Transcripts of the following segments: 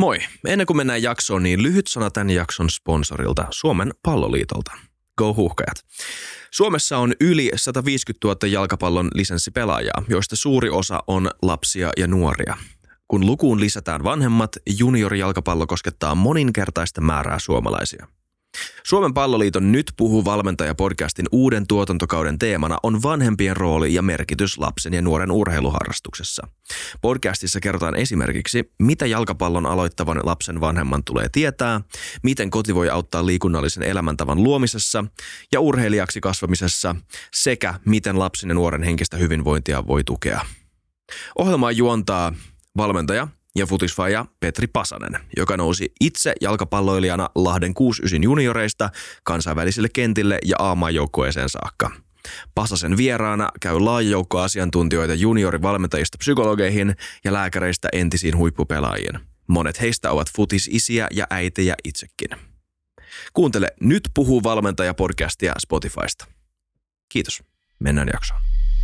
Moi! Ennen kuin mennään jaksoon, niin lyhyt sana tämän jakson sponsorilta, Suomen Palloliitolta. Go Huuhkajat! Suomessa on yli 150 000 jalkapallon lisenssipelaajaa, joista suuri osa on lapsia ja nuoria. Kun lukuun lisätään vanhemmat, juniorijalkapallo koskettaa moninkertaista määrää suomalaisia. Suomen Palloliiton Nyt puhuu valmentaja-podcastin uuden tuotantokauden teemana on vanhempien rooli ja merkitys lapsen ja nuoren urheiluharrastuksessa. Podcastissa kerrotaan esimerkiksi, mitä jalkapallon aloittavan lapsen vanhemman tulee tietää, miten koti voi auttaa liikunnallisen elämäntavan luomisessa ja urheilijaksi kasvamisessa sekä miten lapsen ja nuoren henkistä hyvinvointia voi tukea. Ohjelmaa juontaa valmentaja ja futisfaija Petri Pasanen, joka nousi itse jalkapalloilijana Lahden 69 junioreista kansainvälisille kentille ja A-maajoukkueeseen saakka. Pasasen vieraana käy laaja joukko asiantuntijoita juniorivalmentajista psykologeihin ja lääkäreistä entisiin huippupelaajiin. Monet heistä ovat futisisiä ja äitejä itsekin. Kuuntele Nyt puhuu valmentaja-podcastia Spotifysta. Kiitos. Mennään jaksoon.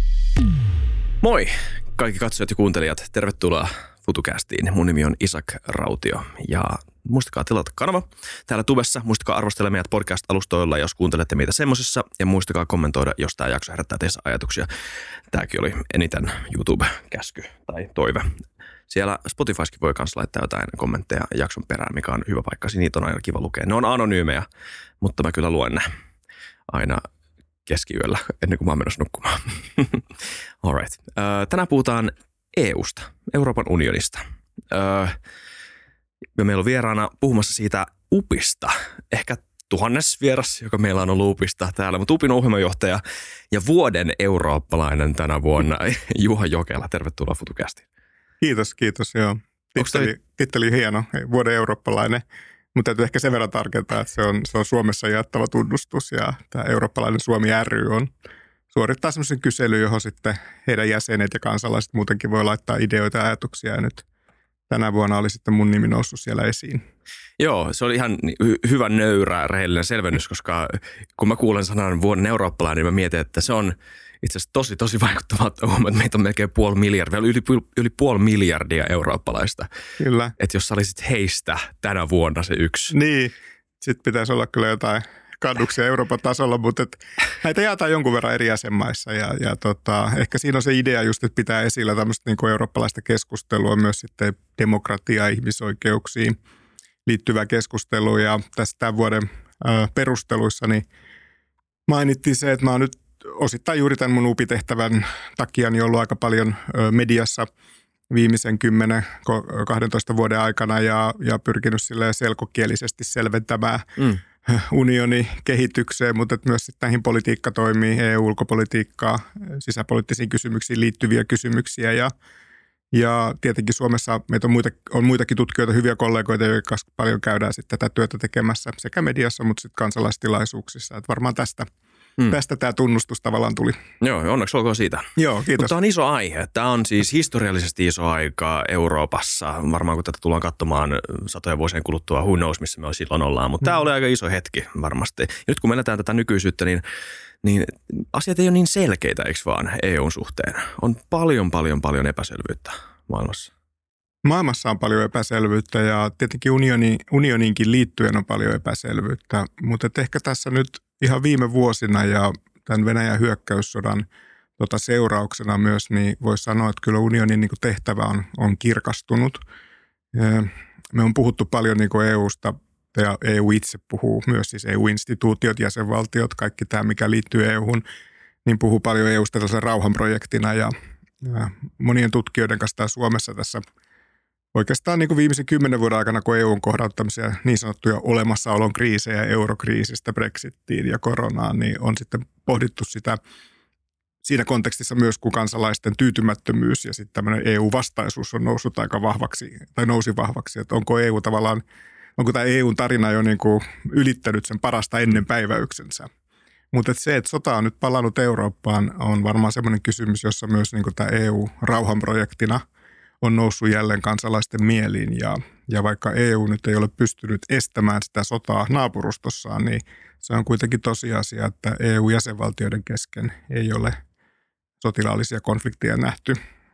Moi kaikki katsojat ja kuuntelijat. Tervetuloa FutuCastiin. Mun nimi on Isak Rautio ja muistakaa tilata kanava täällä tubessa. Muistakaa arvostella meidät podcast-alustoilla, jos kuuntelette meitä semmosessa. Ja muistakaa kommentoida, jos tämä jakso herättää teissä ajatuksia. Tämäkin oli eniten YouTube-käsky tai toive. Siellä Spotifyskin voi myös laittaa jotain kommentteja jakson perään, mikä on hyvä paikka. Niitä on aina kiva lukea. Ne on anonyymejä, mutta mä kyllä luen ne aina keskiyöllä ennen kuin mä oon menossa nukkumaan. Alright. Tänään puhutaan EUsta, Euroopan unionista. Meillä on vieraana puhumassa siitä UPista, ehkä 1000. vieras, joka meillä on ollut UPista täällä, mutta UPin ohjelmajohtaja ja vuoden eurooppalainen tänä vuonna, Juha Jokela. Tervetuloa FutuCastiin. Kiitos, joo. Titteli hieno, vuoden eurooppalainen, mutta täytyy ehkä sen verran tarkentaa, että se on Suomessa jaettava tunnustus ja tämä eurooppalainen Suomi ry suorittaa semmoisen kyselyn, johon sitten heidän jäsenet ja kansalaiset muutenkin voi laittaa ideoita ja ajatuksia. Ja nyt tänä vuonna oli sitten mun nimi noussut siellä esiin. Joo, se oli ihan hyvä nöyrä, rehellinen selvennys, koska kun mä kuulen sanan vuoden eurooppalainen, niin mä mietin, että se on itse asiassa tosi vaikuttavaa, että meitä on melkein 500 miljardia, yli 500 miljardia eurooppalaista. Kyllä. Että jos sä olisit heistä tänä vuonna se yksi. Niin, sitten pitäisi olla kyllä jotain kannuksia Euroopan tasolla, mutta näitä jaetaan jonkun verran eri jäsenmaissa ja ehkä siinä on se idea just, että pitää esillä tämmöistä niin kuin eurooppalaista keskustelua, myös sitten demokratia- ja ihmisoikeuksiin liittyvää keskustelua ja tässä tämän vuoden perusteluissa niin mainittiin se, että mä oon nyt osittain juuri tämän mun UPI-tehtävän takia niin ollut aika paljon mediassa viimeisen 10-12 vuoden aikana ja pyrkinyt silleen selkokielisesti selventämään unionin kehitykseen, mutta myös sitten näihin politiikkatoimiin, EU-ulkopolitiikkaa, sisäpoliittisiin kysymyksiin liittyviä kysymyksiä ja tietenkin Suomessa meitä on muitakin tutkijoita, hyviä kollegoita, joiden kanssa paljon käydään sitten tätä työtä tekemässä sekä mediassa, mutta sitten kansalaistilaisuuksissa. Että varmaan tästä tämä tunnustus tavallaan tuli. Joo, onneksi olkoon siitä. Joo, kiitos. Mutta tämä on iso aihe. Tämä on siis historiallisesti iso aika Euroopassa. Varmaan kun tätä tullaan katsomaan satojen vuosien kuluttua, who knows, missä me silloin ollaan. Mutta tämä oli aika iso hetki varmasti. Ja nyt kun me eletään tätä nykyisyyttä, niin asiat ei ole niin selkeitä, eikö vaan, EUn suhteen. On paljon epäselvyyttä maailmassa. Maailmassa on paljon epäselvyyttä ja tietenkin unioniinkin liittyen on paljon epäselvyyttä, mutta ehkä tässä nyt ihan viime vuosina ja tämän Venäjän hyökkäyssodan seurauksena myös, niin voisi sanoa, että kyllä unionin niin kuin tehtävä on kirkastunut. Me on puhuttu paljon niin kuin EUsta ja EU itse puhuu myös, siis EU-instituutiot, jäsenvaltiot, kaikki tämä, mikä liittyy EUhun, niin puhuu paljon EUsta tällaisena rauhanprojektina ja monien tutkijoiden kanssa täällä Suomessa tässä oikeastaan niin kuin viimeisen 10 vuoden aikana, kun EU on kohdannut tämmöisiä niin sanottuja olemassaolon kriisejä, eurokriisistä, Brexittiin ja koronaan, niin on sitten pohdittu sitä siinä kontekstissa myös, kun kansalaisten tyytymättömyys ja sitten tämmöinen EU-vastaisuus on noussut aika vahvaksi tai nousi vahvaksi, että onko tämä EUn tarina jo niin kuin ylittänyt sen parasta ennen päiväyksensä. Mutta se, että sota on nyt palannut Eurooppaan, on varmaan semmoinen kysymys, jossa myös niin kuin tämä EU rauhanprojektina on noussut jälleen kansalaisten mieliin ja vaikka EU nyt ei ole pystynyt estämään sitä sotaa naapurustossaan, niin se on kuitenkin tosiasia, että EU-jäsenvaltioiden kesken ei ole sotilaallisia konflikteja nähty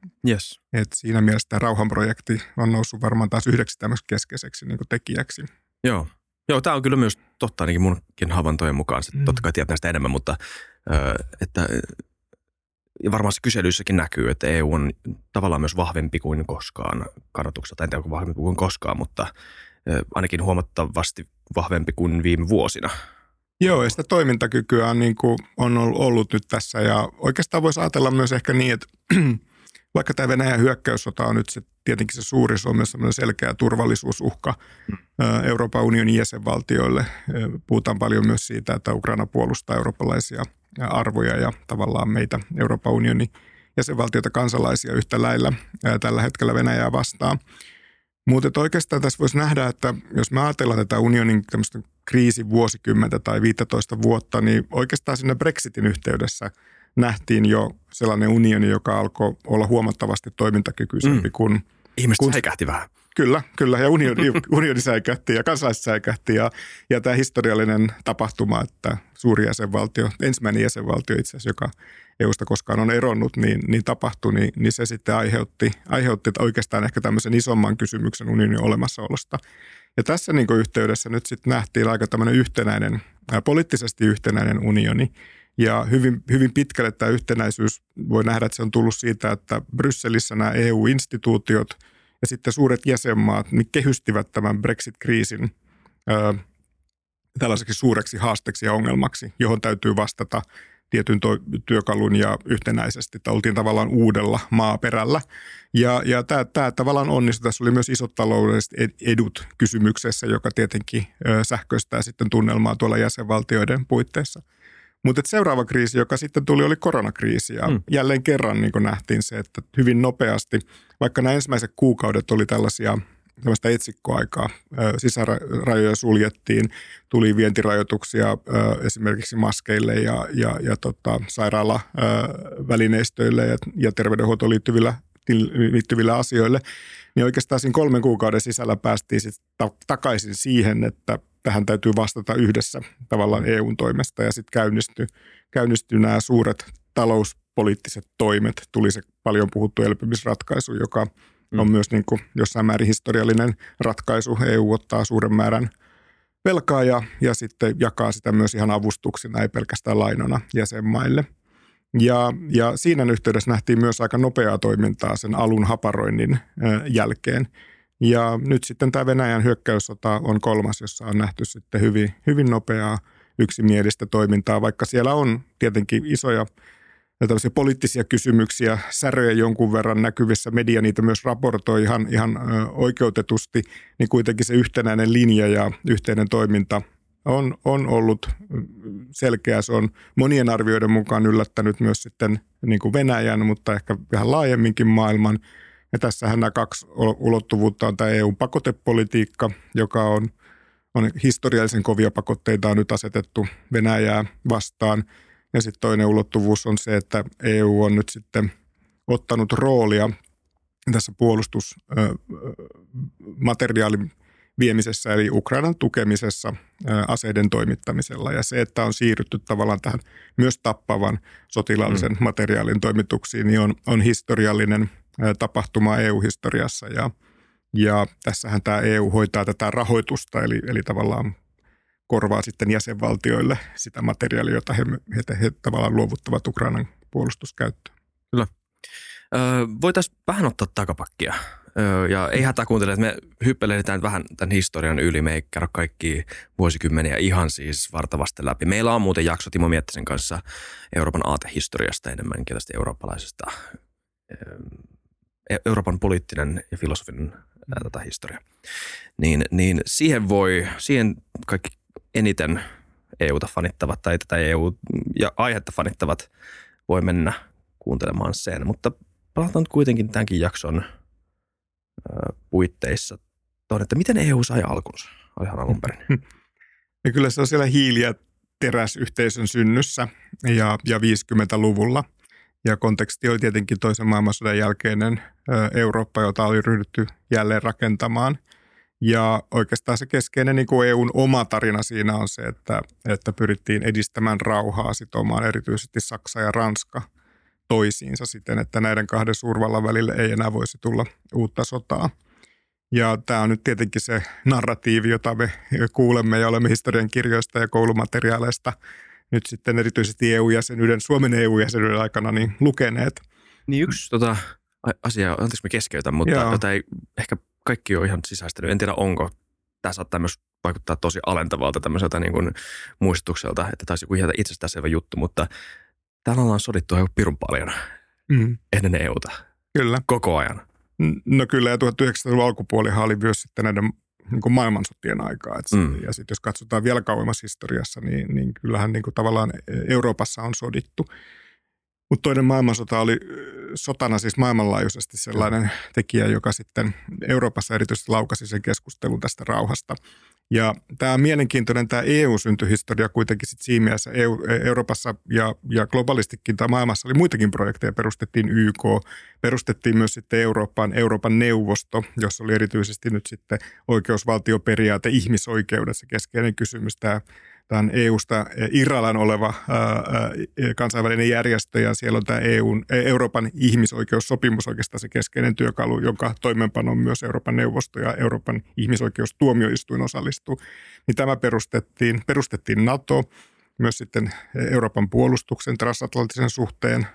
Yes. Et siinä mielessä tämä rauhanprojekti on noussut varmaan taas yhdeksi tämmöiseksi keskeiseksi niin kuin tekijäksi. Joo, tämä on kyllä myös totta ainakin munkin havaintojen mukaan. Totta kai tietää sitä enemmän, mutta että ja varmaan se kyselyissäkin näkyy, että EU on tavallaan myös vahvempi kuin koskaan kannatuksella. En tiedä, onko vahvempi kuin koskaan, mutta ainakin huomattavasti vahvempi kuin viime vuosina. Joo, ja sitä toimintakykyä on, niin kuin, on ollut nyt tässä. Ja oikeastaan voisi ajatella myös ehkä niin, että vaikka tämä Venäjän hyökkäyssota on nyt se, tietenkin se suuri, se on myös sellainen selkeä turvallisuusuhka Euroopan unionin jäsenvaltioille. Puhutaan paljon myös siitä, että Ukraina puolustaa eurooppalaisia arvoja ja tavallaan meitä Euroopan unionin jäsenvaltioita kansalaisia yhtä lailla tällä hetkellä Venäjää vastaan. Mutta oikeastaan tässä voisi nähdä, että jos me ajatellaan tätä unionin tämmöistä kriisivuosikymmentä tai 15 vuotta, niin oikeastaan siinä Brexitin yhteydessä nähtiin jo sellainen unioni, joka alkoi olla huomattavasti toimintakykyisempi kuin... Ihmiset säikähti vähän. Kyllä. Ja unioni säikähti ja kansalaiset säikähti. Ja tämä historiallinen tapahtuma, että suuri jäsenvaltio, ensimmäinen jäsenvaltio itse asiassa, joka EUsta koskaan on eronnut, niin tapahtui, niin se sitten aiheutti oikeastaan ehkä tämmöisen isomman kysymyksen unionin olemassaolosta. Ja tässä niin kuin yhteydessä nyt sitten nähtiin aika tämmöinen yhtenäinen, poliittisesti yhtenäinen unioni. Ja hyvin, hyvin pitkälle tämä yhtenäisyys voi nähdä, että se on tullut siitä, että Brysselissä nämä EU-instituutiot ja sitten suuret jäsenmaat niin kehystivät tämän Brexit-kriisin tällaiseksi suureksi haasteeksi ja ongelmaksi, johon täytyy vastata tietyn työkalun ja yhtenäisesti. Että oltiin tavallaan uudella maaperällä. Ja tämä tavallaan onnistui. Tässä oli myös isot taloudelliset edut kysymyksessä, joka tietenkin sähköistää sitten tunnelmaa tuolla jäsenvaltioiden puitteissa. Mutta seuraava kriisi, joka sitten tuli, oli koronakriisi. Ja jälleen kerran niin nähtiin se, että hyvin nopeasti, vaikka nämä ensimmäiset kuukaudet oli tällaista etsikkoaikaa, sisärajoja suljettiin, tuli vientirajoituksia esimerkiksi maskeille ja sairaalavälineistöille ja terveydenhuoltoon liittyville asioille, niin oikeastaan siinä 3 kuukauden sisällä päästiin sitten takaisin siihen, että tähän täytyy vastata yhdessä tavallaan EUn toimesta ja sitten käynnistyi nämä suuret talouspoliittiset toimet. Tuli se paljon puhuttu elpymisratkaisu, joka on myös niin kuin jossain määrin historiallinen ratkaisu. EU ottaa suuren määrän velkaa ja sitten jakaa sitä myös ihan avustuksina, ei pelkästään lainona jäsenmaille. Ja siinä yhteydessä nähtiin myös aika nopeaa toimintaa sen alun haparoinnin jälkeen. Ja nyt sitten tämä Venäjän hyökkäyssota on 3., jossa on nähty sitten hyvin, hyvin nopeaa yksimielistä toimintaa, vaikka siellä on tietenkin isoja tällaisia poliittisia kysymyksiä, säröjä jonkun verran näkyvissä, media niitä myös raportoi ihan oikeutetusti, niin kuitenkin se yhtenäinen linja ja yhteinen toiminta on ollut selkeä. Se on monien arvioiden mukaan yllättänyt myös sitten niin kuin Venäjän, mutta ehkä vähän laajemminkin maailman. Ja tässähän nämä 2 ulottuvuutta on tämä EU-pakotepolitiikka, joka on historiallisen kovia pakotteita on nyt asetettu Venäjää vastaan. Ja sitten toinen ulottuvuus on se, että EU on nyt sitten ottanut roolia tässä puolustusmateriaalin viemisessä, eli Ukrainan tukemisessa aseiden toimittamisella. Ja se, että on siirrytty tavallaan tähän myös tappavan sotilaallisen materiaalin toimituksiin, niin on historiallinen tapahtuma EU-historiassa. Ja tässähän tämä EU hoitaa tätä rahoitusta, eli tavallaan korvaa sitten jäsenvaltioille sitä materiaalia, jota he tavallaan luovuttavat Ukrainan puolustuskäyttöön. Kyllä. Voitaisiin vähän ottaa takapakkia. Ja ei hätää kuuntele, että me hyppelehditään vähän tämän historian yli. Me ei käydä kaikkia vuosikymmeniä ihan siis vartavasti läpi. Meillä on muuten jakso Timo Miettisen kanssa Euroopan aatehistoriasta enemmänkin tästä eurooppalaisesta, Euroopan poliittinen ja filosofinen historia. Niin siihen kaikki eniten EUta fanittavat tai tätä EU- ja aihetta fanittavat voi mennä kuuntelemaan sen. Mutta palataan nyt kuitenkin tämänkin jakson puitteissa tuon, että miten EU sai alkunsa ihan alun perin. Ja kyllä se on siellä hiili- ja teräsyhteisön synnyssä ja 50-luvulla. Ja konteksti oli tietenkin toisen maailmansodan jälkeinen Eurooppa, jota oli ryhdytty jälleen rakentamaan. Ja oikeastaan se keskeinen niin kuin EUn oma tarina siinä on se, että pyrittiin edistämään rauhaa, sitomaan erityisesti Saksa ja Ranska toisiinsa siten, että näiden kahden suurvallan välille ei enää voisi tulla uutta sotaa. Ja tämä on nyt tietenkin se narratiivi, jota me kuulemme ja olemme historian kirjoista ja koulumateriaaleista nyt sitten erityisesti EU-jäsenyyden, Suomen EU-jäsenyyden aikana niin lukeneet. Niin yksi asia, anteeksi mä keskeytän, mutta jota ei ehkä kaikki ole ihan sisäistänyt. En tiedä onko. Tämä saattaa myös vaikuttaa tosi alentavalta tämmöiseltä niin kuin muistutukselta, että taisi joku ihan itsestäänselvä juttu, mutta täällä ollaan sodittu aika pirun paljon ennen EUta. Kyllä. Koko ajan. No kyllä, ja 1900-luvun alkupuolihan oli myös sitten näiden niin kuin maailmansotien aikaa. Ja sitten jos katsotaan vielä kauemmas historiassa, niin kyllähän niin kuin tavallaan Euroopassa on sodittu. Mutta toinen maailmansota oli sotana siis maailmanlaajuisesti sellainen tekijä, joka sitten Euroopassa erityisesti laukasi sen keskustelun tästä rauhasta. Ja tämä mielenkiintoinen tämä EU-syntyhistoria kuitenkin sitten siinä mielessä Euroopassa ja globaalistikin tai maailmassa oli muitakin projekteja. Perustettiin YK, perustettiin myös sitten Euroopan neuvosto, jossa oli erityisesti nyt sitten oikeusvaltioperiaate, ihmisoikeudet, se keskeinen kysymys. Tämä on EUsta irrallaan oleva kansainvälinen järjestö ja siellä on tämä Euroopan ihmisoikeussopimus oikeastaan se keskeinen työkalu, jonka toimeenpanoon myös Euroopan neuvosto ja Euroopan ihmisoikeustuomioistuin osallistuu. Niin tämä perustettiin NATO, myös sitten Euroopan puolustuksen transatlanttisen suhteen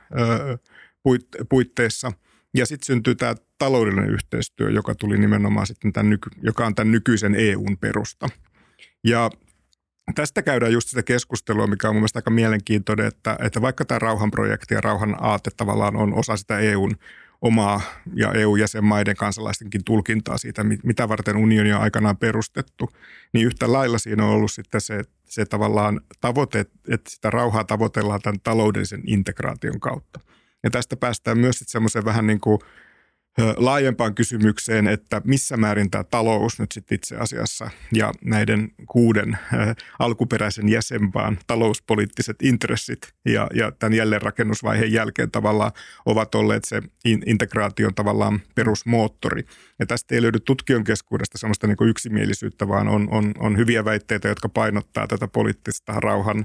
puitteissa. Ja sitten syntyy tämä taloudellinen yhteistyö, joka tuli nimenomaan sitten joka on tämän nykyisen EUn perusta. Ja tästä käydään just sitä keskustelua, mikä on mun mielestä aika mielenkiintoinen, että vaikka tämä rauhanprojekti ja rauhan aate tavallaan on osa sitä EUn omaa ja EU-jäsenmaiden kansalaistenkin tulkintaa siitä, mitä varten unioni on aikanaan perustettu, niin yhtä lailla siinä on ollut sitten se tavallaan tavoite, että sitä rauhaa tavoitellaan tämän taloudellisen integraation kautta. Ja tästä päästään myös sitten semmoisen vähän niin kuin laajempaan kysymykseen, että missä määrin tämä talous nyt sitten itse asiassa ja näiden 6 alkuperäisen jäsenmaan talouspoliittiset intressit ja tämän jälleenrakennusvaiheen jälkeen tavallaan ovat olleet se integraation tavallaan perusmoottori. Ja tästä ei löydy tutkijan keskuudesta sellaista niin kuin yksimielisyyttä, vaan on hyviä väitteitä, jotka painottaa tätä poliittista rauhan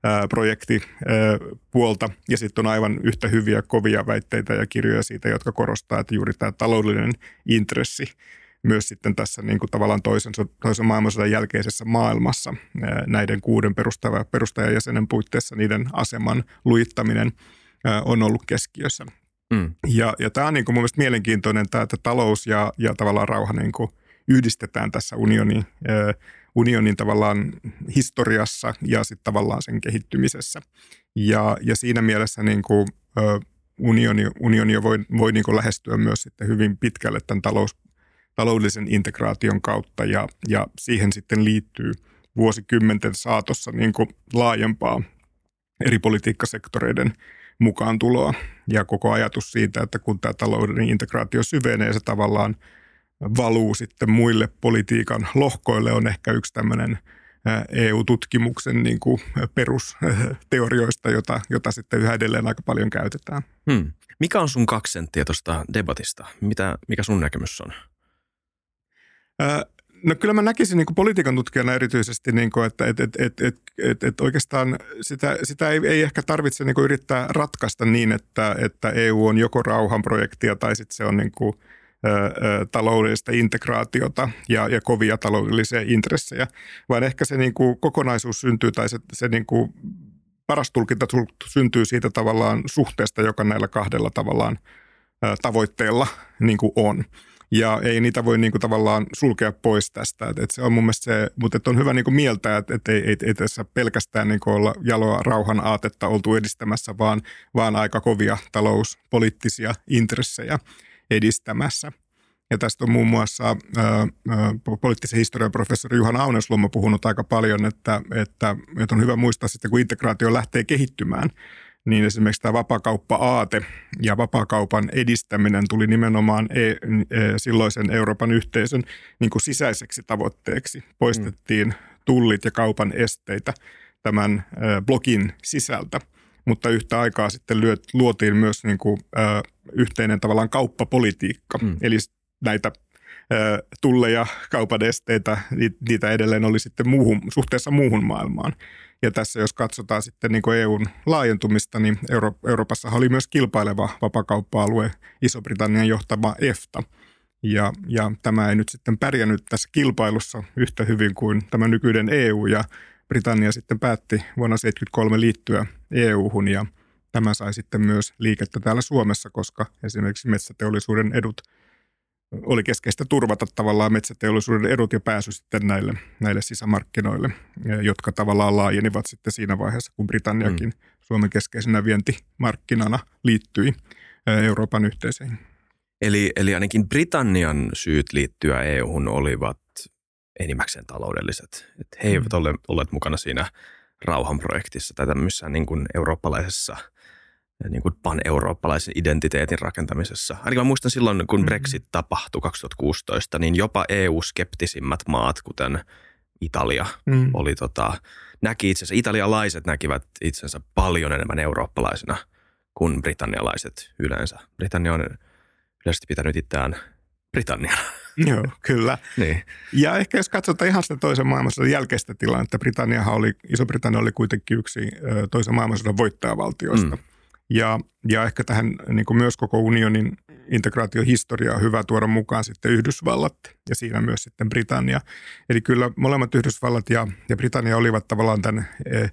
projektipuolta ja sitten on aivan yhtä hyviä kovia väitteitä ja kirjoja siitä, jotka korostaa, että juuri tämä taloudellinen intressi myös sitten tässä niin kuin tavallaan toisen maailmansodan jälkeisessä maailmassa näiden 6 perustajajäsenen puitteissa niiden aseman lujittaminen on ollut keskiössä. Ja tämä on niin kuin mun mielestä mielenkiintoinen, että talous ja tavallaan rauha niin kuin yhdistetään tässä unionin tavallaan historiassa ja sitten tavallaan sen kehittymisessä. Ja siinä mielessä niin kuin, unioni voi niin kuin lähestyä myös sitten hyvin pitkälle tämän taloudellisen integraation kautta ja siihen sitten liittyy vuosikymmenten saatossa niin kuin laajempaa eri politiikkasektoreiden mukaan tuloa. Ja koko ajatus siitä, että kun tämä taloudellinen integraatio syvenee, se tavallaan valuu sitten muille politiikan lohkoille, on ehkä yksi tämmöinen EU-tutkimuksen niin kuin perusteorioista, jota sitten yhä edelleen aika paljon käytetään. Mikä on sun 2 senttiä tuosta debatista? Mikä sun näkemys on? No kyllä mä näkisin niin kuin politiikan tutkijana erityisesti, niin kuin, että oikeastaan sitä ei ehkä tarvitse niin kuin yrittää ratkaista niin, että EU on joko rauhanprojektia tai sitten se on niin kuin taloudellista integraatiota ja kovia taloudellisia intressejä, vaan ehkä se niin kuin kokonaisuus syntyy tai se niin kuin paras tulkinta syntyy siitä tavallaan suhteesta, joka näillä 2 tavallaan tavoitteella niin kuin on. Ja ei niitä voi niin kuin tavallaan sulkea pois tästä. Että se on mun mielestä se, mutta on hyvä niin kuin mieltää, että ei tässä pelkästään niin kuin olla jaloa rauhan aatetta oltu edistämässä, vaan aika kovia talouspoliittisia intressejä edistämässä. Ja tästä on muun muassa poliittisen historian professori Juhana Aunesluoma puhunut aika paljon, että on hyvä muistaa sitten, kun integraatio lähtee kehittymään, niin esimerkiksi tämä vapaakauppa-aate ja vapaakaupan edistäminen tuli nimenomaan silloisen Euroopan yhteisön niin kuin sisäiseksi tavoitteeksi. Poistettiin tullit ja kaupan esteitä tämän blogin sisältä. Mutta yhtä aikaa sitten luotiin myös niin kuin, yhteinen tavallaan kauppapolitiikka. Eli näitä tulleja, kaupan esteitä, niitä edelleen oli sitten suhteessa muuhun maailmaan. Ja tässä jos katsotaan sitten niin kuin EUn laajentumista, niin Euroopassa oli myös kilpaileva vapakauppa-alue, Iso-Britannian johtama EFTA. Ja tämä ei nyt sitten pärjännyt tässä kilpailussa yhtä hyvin kuin tämä nykyinen EU, ja Britannia sitten päätti vuonna 1973 liittyä EU:hun, ja tämä sai sitten myös liikettä täällä Suomessa, koska esimerkiksi metsäteollisuuden edut oli keskeistä turvata tavallaan metsäteollisuuden edut ja pääsy sitten näille sisämarkkinoille, jotka tavallaan laajenivat sitten siinä vaiheessa, kun Britanniakin Suomen keskeisenä vientimarkkinana liittyi Euroopan yhteisöihin. Eli ainakin Britannian syyt liittyä EU:hun olivat enimmäkseen taloudelliset. Että he eivät olleet mukana siinä rauhanprojektissa tai tämmöisessä niin kuin eurooppalaisessa, niin kuin pan-eurooppalaisen identiteetin rakentamisessa. Ainakin mä muistan silloin, kun Brexit tapahtui 2016, niin jopa EU-skeptisimmät maat, kuten Italia, näki itsensä, italialaiset näkivät itsensä paljon enemmän eurooppalaisina kuin britannialaiset yleensä. Britannia on yleisesti pitänyt itseään Britanniana. Joo, kyllä. Niin. Ja ehkä jos katsotaan ihan sitä toisen maailmansodan jälkeistä tilannetta, Iso-Britannia oli kuitenkin yksi toisen maailmansodan voittajavaltioista. Ja ehkä tähän niin kuin myös koko unionin integraatiohistoriaa on hyvä tuoda mukaan sitten Yhdysvallat ja siinä myös sitten Britannia. Eli kyllä molemmat Yhdysvallat ja Britannia olivat tavallaan tämän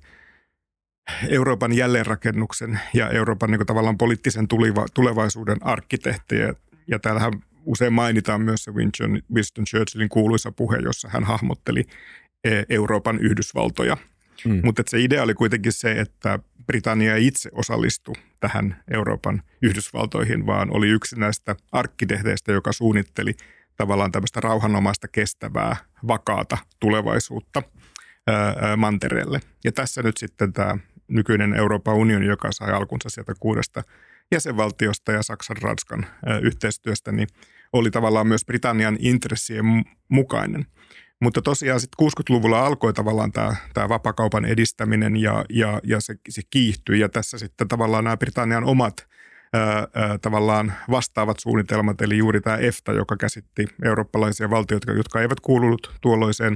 Euroopan jälleenrakennuksen ja Euroopan niin kuin tavallaan poliittisen tulevaisuuden arkkitehtejä. Ja täällähän usein mainitaan myös se Winston Churchillin kuuluisa puhe, jossa hän hahmotteli Euroopan Yhdysvaltoja. Mutta se idea oli kuitenkin se, että Britannia ei itse osallistu tähän Euroopan Yhdysvaltoihin, vaan oli yksi näistä arkkitehdeistä, joka suunnitteli tavallaan tämmöistä rauhanomaista, kestävää, vakaata tulevaisuutta mantereelle. Ja tässä nyt sitten tämä nykyinen Euroopan unioni, joka sai alkunsa sieltä 6 jäsenvaltiosta ja Saksan-Ranskan yhteistyöstä, niin oli tavallaan myös Britannian intressien mukainen. Mutta tosiaan sitten 60-luvulla alkoi tavallaan tämä vapakaupan edistäminen ja se kiihtyi. Ja tässä sitten tavallaan nämä Britannian omat tavallaan vastaavat suunnitelmat, eli juuri tämä EFTA, joka käsitti eurooppalaisia valtioita, jotka eivät kuulunut tuolloiseen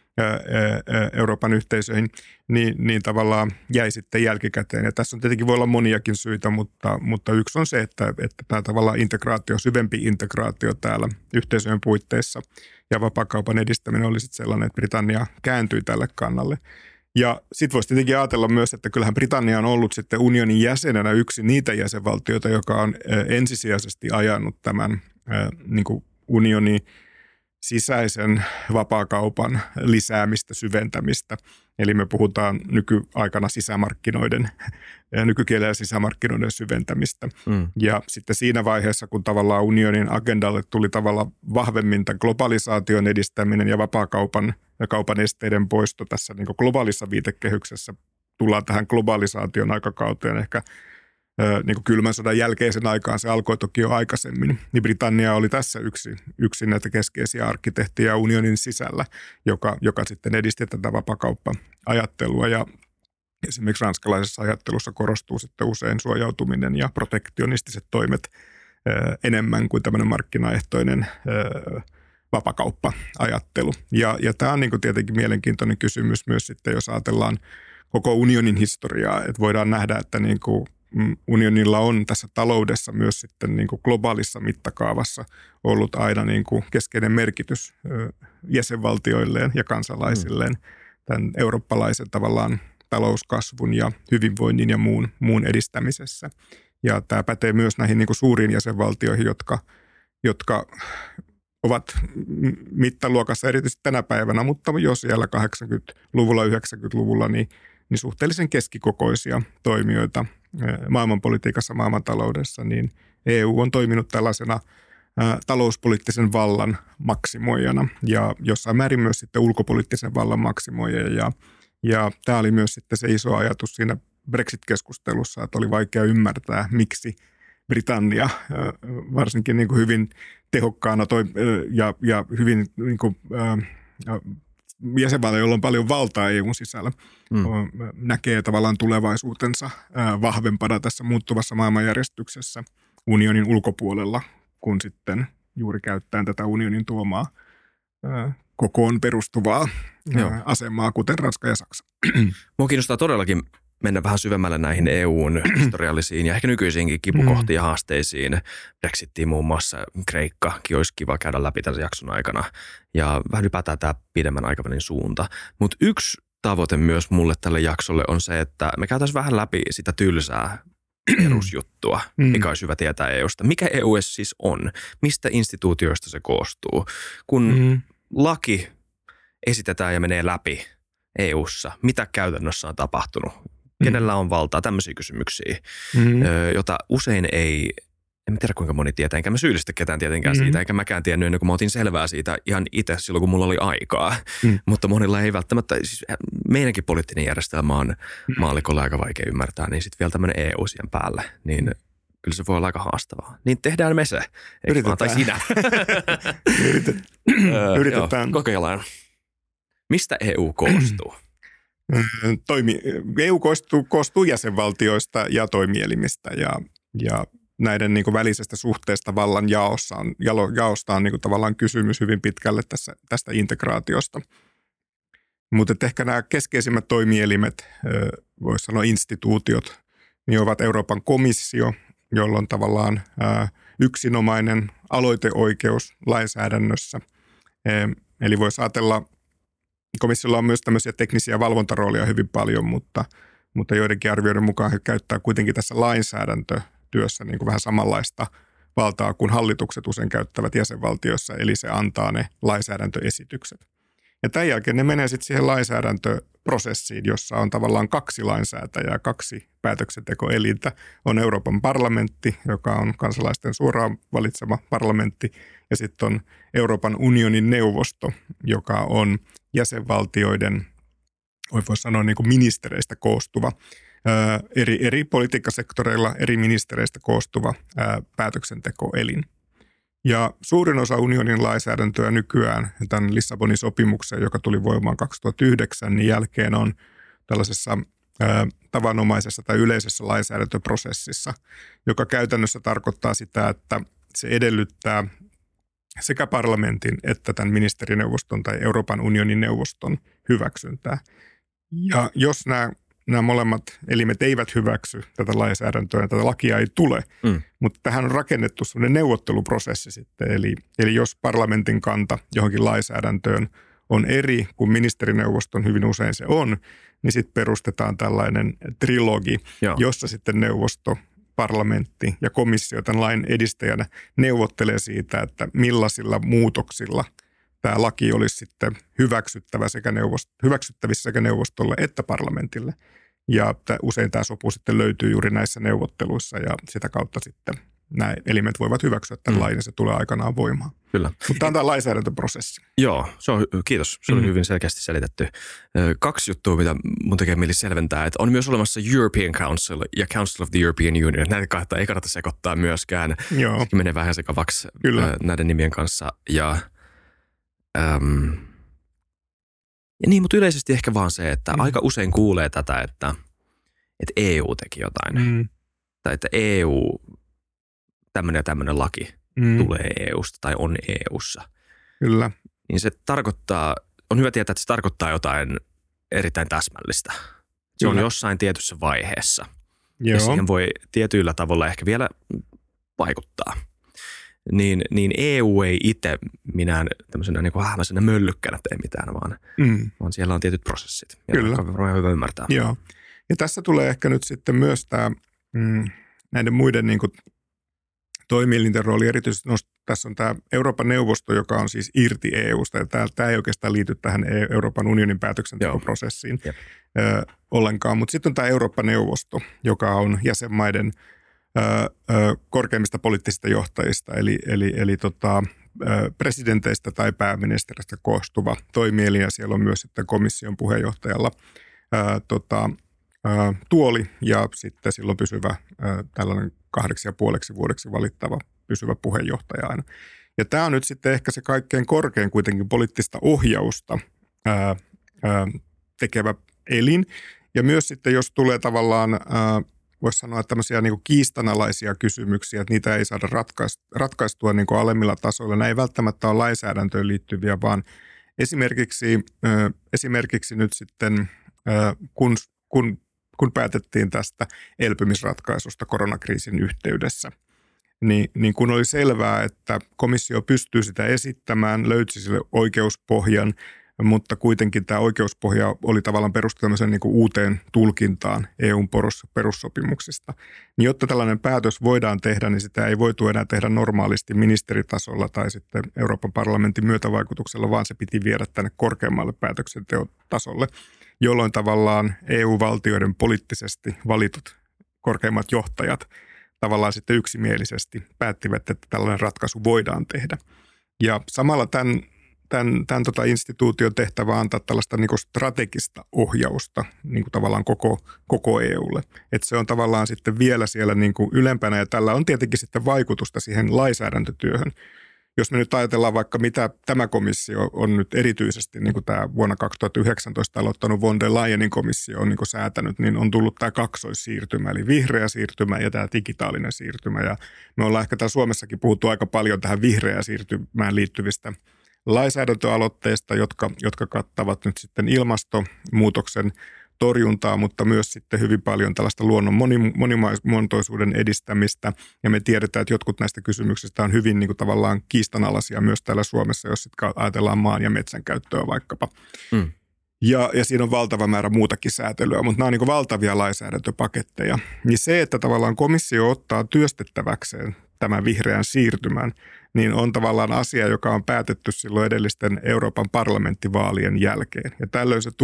Euroopan yhteisöihin, niin tavallaan jäi sitten jälkikäteen. Ja tässä on tietenkin voi olla moniakin syitä, mutta yksi on se, että tämä tavallaan syvempi integraatio täällä yhteisöjen puitteissa ja vapaakaupan edistäminen oli sitten sellainen, että Britannia kääntyi tälle kannalle. Ja sitten voisi tietenkin ajatella myös, että kyllähän Britannia on ollut sitten unionin jäsenenä yksi niitä jäsenvaltioita, joka on ensisijaisesti ajanut tämän niin kuin unionin sisäisen vapaakaupan lisäämistä, syventämistä. Eli me puhutaan nykyaikana nykykielellä sisämarkkinoiden syventämistä. Ja sitten siinä vaiheessa, kun tavallaan unionin agendalle tuli tavallaan vahvemmin tämän globalisaation edistäminen ja vapaakaupan ja kaupan esteiden poisto tässä niin kuin globaalissa viitekehyksessä, tullaan tähän globalisaation aikakauteen ehkä niin kuin kylmän sodan jälkeisen aikaan, se alkoi toki jo aikaisemmin, niin Britannia oli tässä yksi näitä keskeisiä arkkitehtiä unionin sisällä, joka sitten edisti tätä vapaakauppa-ajattelua. Ja esimerkiksi ranskalaisessa ajattelussa korostuu sitten usein suojautuminen ja protektionistiset toimet enemmän kuin tämmöinen markkinaehtoinen vapakauppa-ajattelu. Ja tämä on niin kuin tietenkin mielenkiintoinen kysymys myös sitten, jos ajatellaan koko unionin historiaa, että voidaan nähdä, että niin kuin unionilla on tässä taloudessa myös sitten niin kuin globaalissa mittakaavassa ollut aina niin kuin keskeinen merkitys jäsenvaltioilleen ja kansalaisilleen tämän eurooppalaisen tavallaan talouskasvun ja hyvinvoinnin ja muun edistämisessä. Ja tämä pätee myös näihin niin kuin suuriin jäsenvaltioihin, jotka ovat mittaluokassa erityisesti tänä päivänä, mutta jo siellä 80-luvulla, 90-luvulla, niin suhteellisen keskikokoisia toimijoita maailmanpolitiikassa, maailmantaloudessa, niin EU on toiminut tällaisena talouspoliittisen vallan maksimoijana ja jossain määrin myös sitten ulkopoliittisen vallan maksimoija. Ja tämä oli myös sitten se iso ajatus siinä Brexit-keskustelussa, että oli vaikea ymmärtää, miksi Britannia varsinkin niin kuin hyvin tehokkaana ja hyvin niin kuin, jäsenvaltio, jolla on paljon valtaa EU:n sisällä, näkee tavallaan tulevaisuutensa vahvempana tässä muuttuvassa maailmanjärjestyksessä unionin ulkopuolella kuin sitten juuri käyttäen tätä unionin tuomaa kokoon perustuvaa asemaa, kuten Ranska ja Saksa. Mua kiinnostaa todellakin mennä vähän syvemmälle näihin EUn historiallisiin ja ehkä nykyisiinkin kipukohtiin ja haasteisiin. Brexittiin muun muassa, Kreikkakin olisi kiva käydä läpi tämän jakson aikana ja vähän ylipäätään tämä pidemmän aikavälin suunta. Mutta yksi tavoite myös mulle tälle jaksolle on se, että me käytäisiin vähän läpi sitä tylsää perusjuttua, mikä olisi hyvä tietää EUsta. Mikä EU siis on? Mistä instituutioista se koostuu? Kun laki esitetään ja menee läpi EUssa, mitä käytännössä on tapahtunut? Kenellä on valtaa? Tämmöisiä kysymyksiä, jota usein en tiedä kuinka moni tietää, enkä mä syyllistä ketään tietenkään siitä, enkä mäkään tiennyt ennen kuin mä otin selvää siitä ihan itse silloin, kun mulla oli aikaa. Mutta monilla ei välttämättä, siis meidänkin poliittinen järjestelmä on maallikolla aika vaikea ymmärtää, niin sitten vielä tämmöinen EU siihen päälle, niin kyllä se voi olla aika haastavaa. Niin tehdään me se, yritetään. Tai sinä. Yritetään. Kokeillaan. Mistä EU koostuu? EU koostuu jäsenvaltioista ja toimielimistä ja näiden niin kuin välisestä suhteesta vallan jaosta on niin kuin tavallaan kysymys hyvin pitkälle tästä integraatiosta. Mutta ehkä nämä keskeisimmät toimielimet, voisi sanoa instituutiot, niin ovat Euroopan komissio, jolla on tavallaan yksinomainen aloiteoikeus lainsäädännössä. Eli voisi ajatella, komissiolla on myös tämmöisiä teknisiä valvontaroolia hyvin paljon, mutta joidenkin arvioiden mukaan he käyttää kuitenkin tässä lainsäädäntötyössä niin kuin vähän samanlaista valtaa kuin hallitukset usein käyttävät jäsenvaltioissa, eli se antaa ne lainsäädäntöesitykset. Ja tämän jälkeen ne menee sitten siihen lainsäädäntöprosessiin, jossa on tavallaan kaksi lainsäätäjää, kaksi päätöksentekoelintä. On Euroopan parlamentti, joka on kansalaisten suoraan valitsema parlamentti, ja sitten on Euroopan unionin neuvosto, joka on jäsenvaltioiden, voisi sanoa niin kuin ministereistä koostuva, eri politiikkasektoreilla eri ministereistä koostuva päätöksentekoelin. Ja suurin osa unionin lainsäädäntöä nykyään tämän Lissabonin sopimuksen, joka tuli voimaan 2009, niin jälkeen on tällaisessa tavanomaisessa tai yleisessä lainsäädäntöprosessissa, joka käytännössä tarkoittaa sitä, että se edellyttää sekä parlamentin että tämän ministerineuvoston tai Euroopan unionin neuvoston hyväksyntää. Ja jos nämä molemmat elimet eivät hyväksy tätä lainsäädäntöä, tätä lakia ei tule, mutta tähän on rakennettu sellainen neuvotteluprosessi sitten. Eli jos parlamentin kanta johonkin lainsäädäntöön on eri kuin ministerineuvoston, hyvin usein se on, niin sitten perustetaan tällainen trilogi, jossa sitten neuvosto, parlamentti ja komissio tämän lain edistäjänä neuvottelee siitä, että millaisilla muutoksilla tämä laki olisi sitten hyväksyttävissä sekä neuvostolle että parlamentille. Ja usein tämä sopu sitten löytyy juuri näissä neuvotteluissa ja sitä kautta sitten nämä elimet voivat hyväksyä tämän lain ja se tulee aikanaan voimaan. Kyllä. Mutta tämä on lainsäädäntöprosessi. Joo, kiitos. Se oli hyvin selkeästi selitetty. Kaksi juttua, mitä mun tekee mieli selventää, että on myös olemassa European Council ja Council of the European Union. Näitä kahta ei kannata sekoittaa myöskään. Joo. Sekin menee vähän sekavaksi näiden nimien kanssa. Ja niin, mutta yleisesti ehkä vaan se, että aika usein kuulee tätä, että EU teki jotain. Tai että EU, tämmöinen ja tämmöinen laki tulee EUsta tai on EUssa. Kyllä. Niin se tarkoittaa, on hyvä tietää, että se tarkoittaa jotain erittäin täsmällistä. Se on jossain tietyssä vaiheessa. Joo. Ja siihen voi tietyillä tavalla ehkä vielä vaikuttaa. Niin EU ei itse minään tämmöisenä niin kuin hämäisenä möllykkänä tee mitään, vaan siellä on tietyt prosessit. Kyllä. Joka on hyvä ymmärtää. Joo. Ja tässä tulee ehkä nyt sitten myös tämä näiden muiden niin kuin toimielinten rooli. Erityisesti tässä on tämä Euroopan neuvosto, joka on siis irti EUsta. Ja tämä ei oikeastaan liity tähän Euroopan unionin päätöksentekoprosessiin ollenkaan. Mutta sitten on tämä Euroopan neuvosto, joka on jäsenmaiden korkeimmista poliittisista johtajista, eli presidenteistä tai pääministeristä koostuva toimielin, ja siellä on myös sitten komission puheenjohtajalla tuoli, ja sitten silloin pysyvä tällainen 8,5 vuodeksi valittava pysyvä puheenjohtaja aina. Ja tämä on nyt sitten ehkä se kaikkein korkein kuitenkin poliittista ohjausta tekevä elin, ja myös sitten jos tulee tavallaan voisi sanoa tämmöisiä niin kuin kiistanalaisia kysymyksiä, että niitä ei saada ratkaistua niin kuin alemmilla tasoilla. Nämä ei välttämättä ole lainsäädäntöön liittyviä, vaan esimerkiksi nyt sitten, kun päätettiin tästä elpymisratkaisusta koronakriisin yhteydessä, niin kun oli selvää, että komissio pystyy sitä esittämään, löysi sille oikeuspohjan, mutta kuitenkin tämä oikeuspohja oli tavallaan perustu tämmöiseen niin kuin uuteen tulkintaan EU:n perussopimuksista. Niin jotta tällainen päätös voidaan tehdä, niin sitä ei voitu enää tehdä normaalisti ministeritasolla tai sitten Euroopan parlamentin myötävaikutuksella, vaan se piti viedä tänne korkeammalle päätöksenteon tasolle, jolloin tavallaan EU-valtioiden poliittisesti valitut korkeimmat johtajat tavallaan sitten yksimielisesti päättivät, että tällainen ratkaisu voidaan tehdä. Ja samalla tämän instituution tehtävä antaa tällaista niin kuin strategista ohjausta niin kuin tavallaan koko EUlle. Että se on tavallaan sitten vielä siellä niin kuin ylempänä ja tällä on tietenkin sitten vaikutusta siihen lainsäädäntötyöhön. Jos me nyt ajatellaan vaikka mitä tämä komissio on nyt erityisesti, niin kuin tämä vuonna 2019 aloittanut von der Leyenin komissio on niin kuin säätänyt, niin on tullut tämä kaksoissiirtymä, eli vihreä siirtymä ja tämä digitaalinen siirtymä. Ja me ollaan ehkä täällä Suomessakin puhuttu aika paljon tähän vihreään siirtymään liittyvistä lainsäädäntöaloitteista, jotka kattavat nyt sitten ilmastonmuutoksen torjuntaa, mutta myös sitten hyvin paljon tällaista luonnon monimuotoisuuden edistämistä. Ja me tiedetään, että jotkut näistä kysymyksistä on hyvin niin kuin tavallaan kiistanalaisia myös täällä Suomessa, jos sitten ajatellaan maan ja metsän käyttöä vaikkapa. Mm. Ja siinä on valtava määrä muutakin säätelyä, mutta nämä on niin kuin valtavia lainsäädäntöpaketteja. Niin se, että tavallaan komissio ottaa työstettäväkseen tämän vihreän siirtymän, niin on tavallaan asia, joka on päätetty silloin edellisten Euroopan parlamenttivaalien jälkeen. Ja tällöin se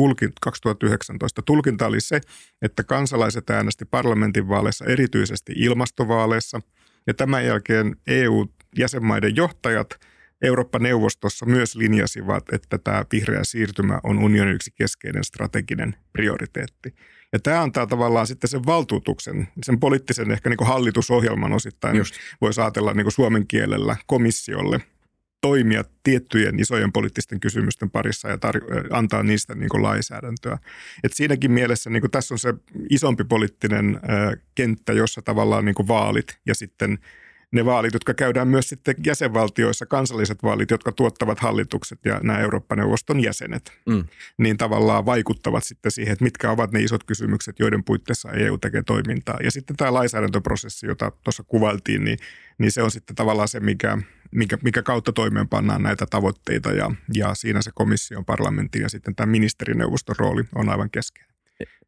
2019 tulkinta oli se, että kansalaiset äänesti parlamentinvaaleissa erityisesti ilmastovaaleissa. Ja tämän jälkeen EU-jäsenmaiden johtajat Eurooppa-neuvostossa myös linjasivat, että tämä vihreä siirtymä on unionin yksi keskeinen strateginen prioriteetti. Ja tämä antaa tavallaan sitten sen valtuutuksen, sen poliittisen ehkä niin kuin hallitusohjelman osittain, voisi ajatella niin kuin suomen kielellä komissiolle toimia tiettyjen isojen poliittisten kysymysten parissa ja antaa niistä niin kuin lainsäädäntöä. Et siinäkin mielessä niin kuin tässä on se isompi poliittinen kenttä, jossa tavallaan niin kuin vaalit ja sitten ne vaalit, jotka käydään myös sitten jäsenvaltioissa, kansalliset vaalit, jotka tuottavat hallitukset ja nämä Eurooppa-neuvoston jäsenet, niin tavallaan vaikuttavat sitten siihen, että mitkä ovat ne isot kysymykset, joiden puitteissa EU tekee toimintaa. Ja sitten tämä lainsäädäntöprosessi, jota tuossa kuvailtiin, niin se on sitten tavallaan se, mikä kautta toimeenpannaan näitä tavoitteita ja siinä se komission, parlamentin ja sitten tämä ministerineuvoston rooli on aivan keskeinen.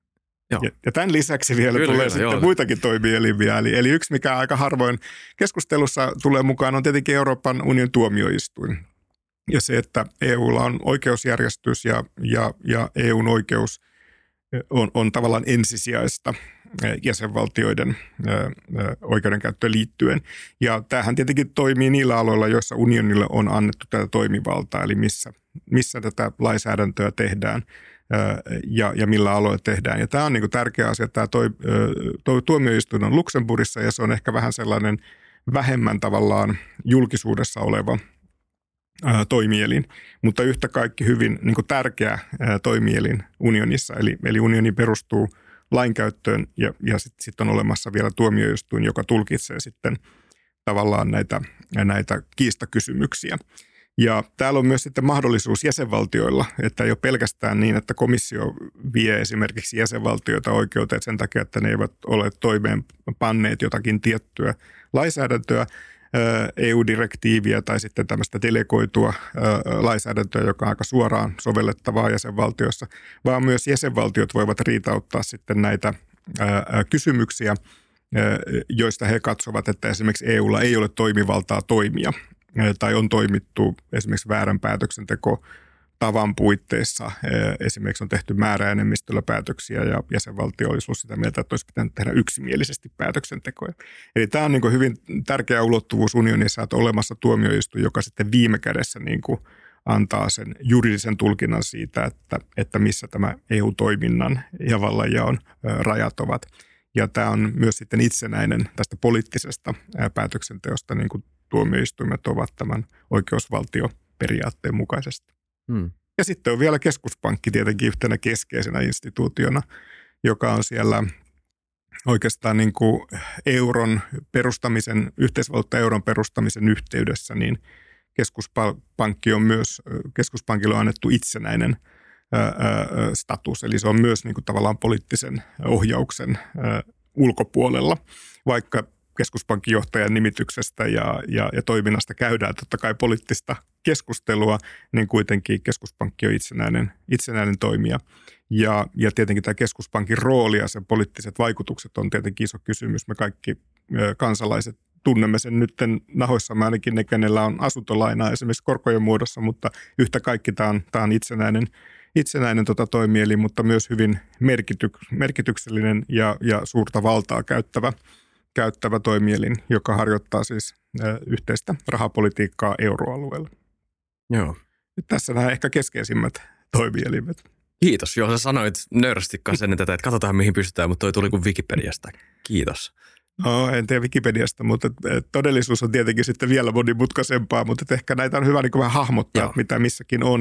Ja tämän lisäksi vielä tulee sitten muitakin toimielimiä. Eli yksi, mikä aika harvoin keskustelussa tulee mukaan, on tietenkin Euroopan unionin tuomioistuin. Ja se, että EUlla on oikeusjärjestys ja EUn oikeus on tavallaan ensisijaista jäsenvaltioiden oikeudenkäyttöön liittyen. Ja tämähän tietenkin toimii niillä aloilla, joissa unionille on annettu tätä toimivaltaa, eli missä tätä lainsäädäntöä tehdään. Ja millä aloilla tehdään. Ja tämä on niin kuin tärkeä asia. Tämä tuomioistuin on Luxemburgissa ja se on ehkä vähän sellainen vähemmän tavallaan julkisuudessa oleva toimielin, mutta yhtä kaikki hyvin niin kuin tärkeä toimielin unionissa. Eli unioni perustuu lainkäyttöön ja sitten on olemassa vielä tuomioistuin, joka tulkitsee sitten tavallaan näitä kiistakysymyksiä. Ja täällä on myös sitten mahdollisuus jäsenvaltioilla, että ei ole pelkästään niin, että komissio vie esimerkiksi jäsenvaltioita oikeuteen sen takia, että ne eivät ole toimeenpanneet jotakin tiettyä lainsäädäntöä, EU-direktiiviä tai sitten tämmöistä delegoitua lainsäädäntöä, joka on aika suoraan sovellettavaa jäsenvaltioissa, vaan myös jäsenvaltiot voivat riitauttaa sitten näitä kysymyksiä, joista he katsovat, että esimerkiksi EUlla ei ole toimivaltaa toimia. Tai on toimittu esimerkiksi väärän päätöksentekotavan puitteissa. Esimerkiksi on tehty määräenemmistöllä päätöksiä ja jäsenvaltio olisi ollut sitä mieltä, että olisi pitänyt tehdä yksimielisesti päätöksentekoja. Eli tämä on niin kuin hyvin tärkeä ulottuvuus unionissa, että on olemassa tuomioistuin, joka sitten viime kädessä niin kuin antaa sen juridisen tulkinnan siitä, että missä tämä EU-toiminnan ja vallanjaon rajat ovat. Ja tämä on myös sitten itsenäinen tästä poliittisesta päätöksenteosta, niin kuin tuomioistuimet ovat tämän oikeusvaltioperiaatteen mukaisesti. Ja sitten on vielä keskuspankki tietenkin yhtenä keskeisenä instituutiona, joka on siellä oikeastaan niin kuin euron perustamisen, yhteisvaluutta euron perustamisen yhteydessä, niin keskuspankki on myös, keskuspankille on annettu itsenäinen status, eli se on myös niin kuin tavallaan poliittisen ohjauksen ulkopuolella, vaikka keskuspankin johtajan nimityksestä ja toiminnasta käydään totta kai poliittista keskustelua, niin kuitenkin keskuspankki on itsenäinen toimija. Ja tietenkin tämä keskuspankin rooli ja sen poliittiset vaikutukset on tietenkin iso kysymys. Me kaikki kansalaiset tunnemme sen nyt nahoissamme ainakin ne, kenellä on asuntolainaa esimerkiksi korkojen muodossa, mutta yhtä kaikki tämä on itsenäinen toimielin, mutta myös hyvin merkityksellinen ja suurta valtaa käyttävä toimielin, joka harjoittaa siis yhteistä rahapolitiikkaa euroalueella. Joo. Tässä nämä ehkä keskeisimmät toimielimet. Kiitos. Joo, sä sanoit nöyrästi kanssa ennen tätä, että katsotaan mihin pystytään, mutta toi tuli kuin Wikipediasta. Kiitos. No, en tiedä Wikipediasta, mutta todellisuus on tietenkin sitten vielä monimutkaisempaa, mutta ehkä näitä on hyvä niin kuin vähän hahmottaa, mitä missäkin on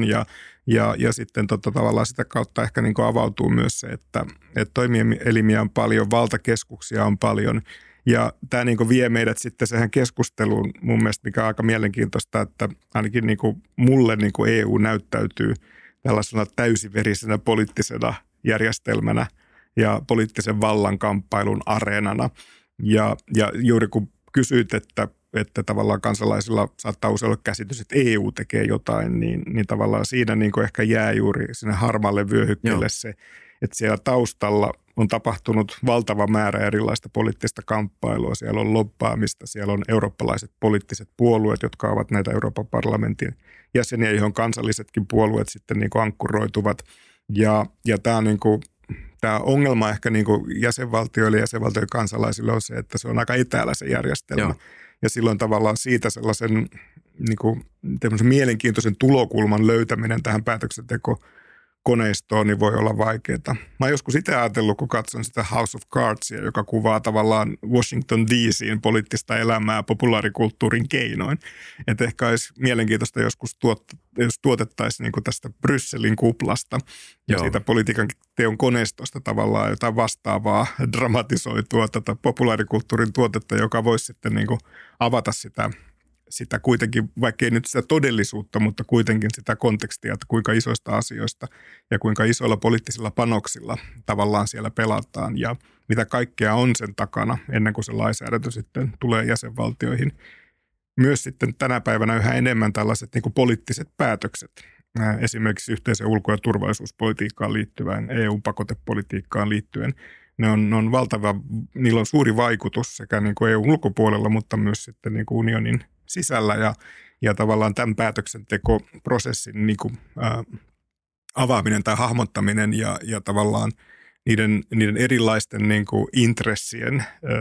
ja sitten tavallaan sitä kautta ehkä niin kuin avautuu myös se, että toimielimiä on paljon, valtakeskuksia on paljon ja tämä niin kuin vie meidät sitten siihen keskusteluun mun mielestä, mikä on aika mielenkiintoista, että ainakin niin kuin mulle niin kuin EU näyttäytyy tällaisena täysiverisenä poliittisena järjestelmänä ja poliittisen vallankamppailun areenana. Ja juuri kun kysyit, että tavallaan kansalaisilla saattaa usein olla käsitys, että EU tekee jotain, niin tavallaan siinä niin kuin ehkä jää juuri sinne harmaalle vyöhykkeelle se, että siellä taustalla on tapahtunut valtava määrä erilaista poliittista kamppailua. Siellä on lobbaamista, siellä on eurooppalaiset poliittiset puolueet, jotka ovat näitä Euroopan parlamentin jäseniä, johon kansallisetkin puolueet sitten niin kuin ankkuroituvat. Ja tämä on niin kuin tämä ongelma ehkä niin kuin jäsenvaltioille ja jäsenvaltioiden kansalaisille on se, että se on aika etäällä se järjestelmä. Joo. Ja silloin tavallaan siitä sellaisen niin kuin mielenkiintoisen tulokulman löytäminen tähän päätöksentekokoneistoon niin voi olla vaikeaa. Mä oon joskus itse ajatellut, kun katson sitä House of Cardsia, joka kuvaa tavallaan Washington DC:n poliittista elämää populaarikulttuurin keinoin. Että ehkä olisi mielenkiintoista joskus jos tuotettaisiin niin kuin tästä Brysselin kuplasta ja siitä politiikan teon koneistosta tavallaan jotain vastaavaa dramatisoitua tätä populaarikulttuurin tuotetta, joka voisi sitten niin kuin avata sitä kuitenkin, vaikka ei nyt sitä todellisuutta, mutta kuitenkin sitä kontekstia, että kuinka isoista asioista ja kuinka isoilla poliittisilla panoksilla tavallaan siellä pelataan ja mitä kaikkea on sen takana ennen kuin se lainsäädäntö sitten tulee jäsenvaltioihin. Myös sitten tänä päivänä yhä enemmän tällaiset niin kuin poliittiset päätökset, esimerkiksi yhteisen ulko- ja turvallisuuspolitiikkaan liittyvään, EU-pakotepolitiikkaan liittyen, ne on valtava, niillä on suuri vaikutus sekä niin kuin EU-ulkopuolella, mutta myös sitten niin kuin unionin sisällä ja tavallaan tämän päätöksentekoprosessin niin kuin, avaaminen tai hahmottaminen ja tavallaan niiden erilaisten niin kuin intressien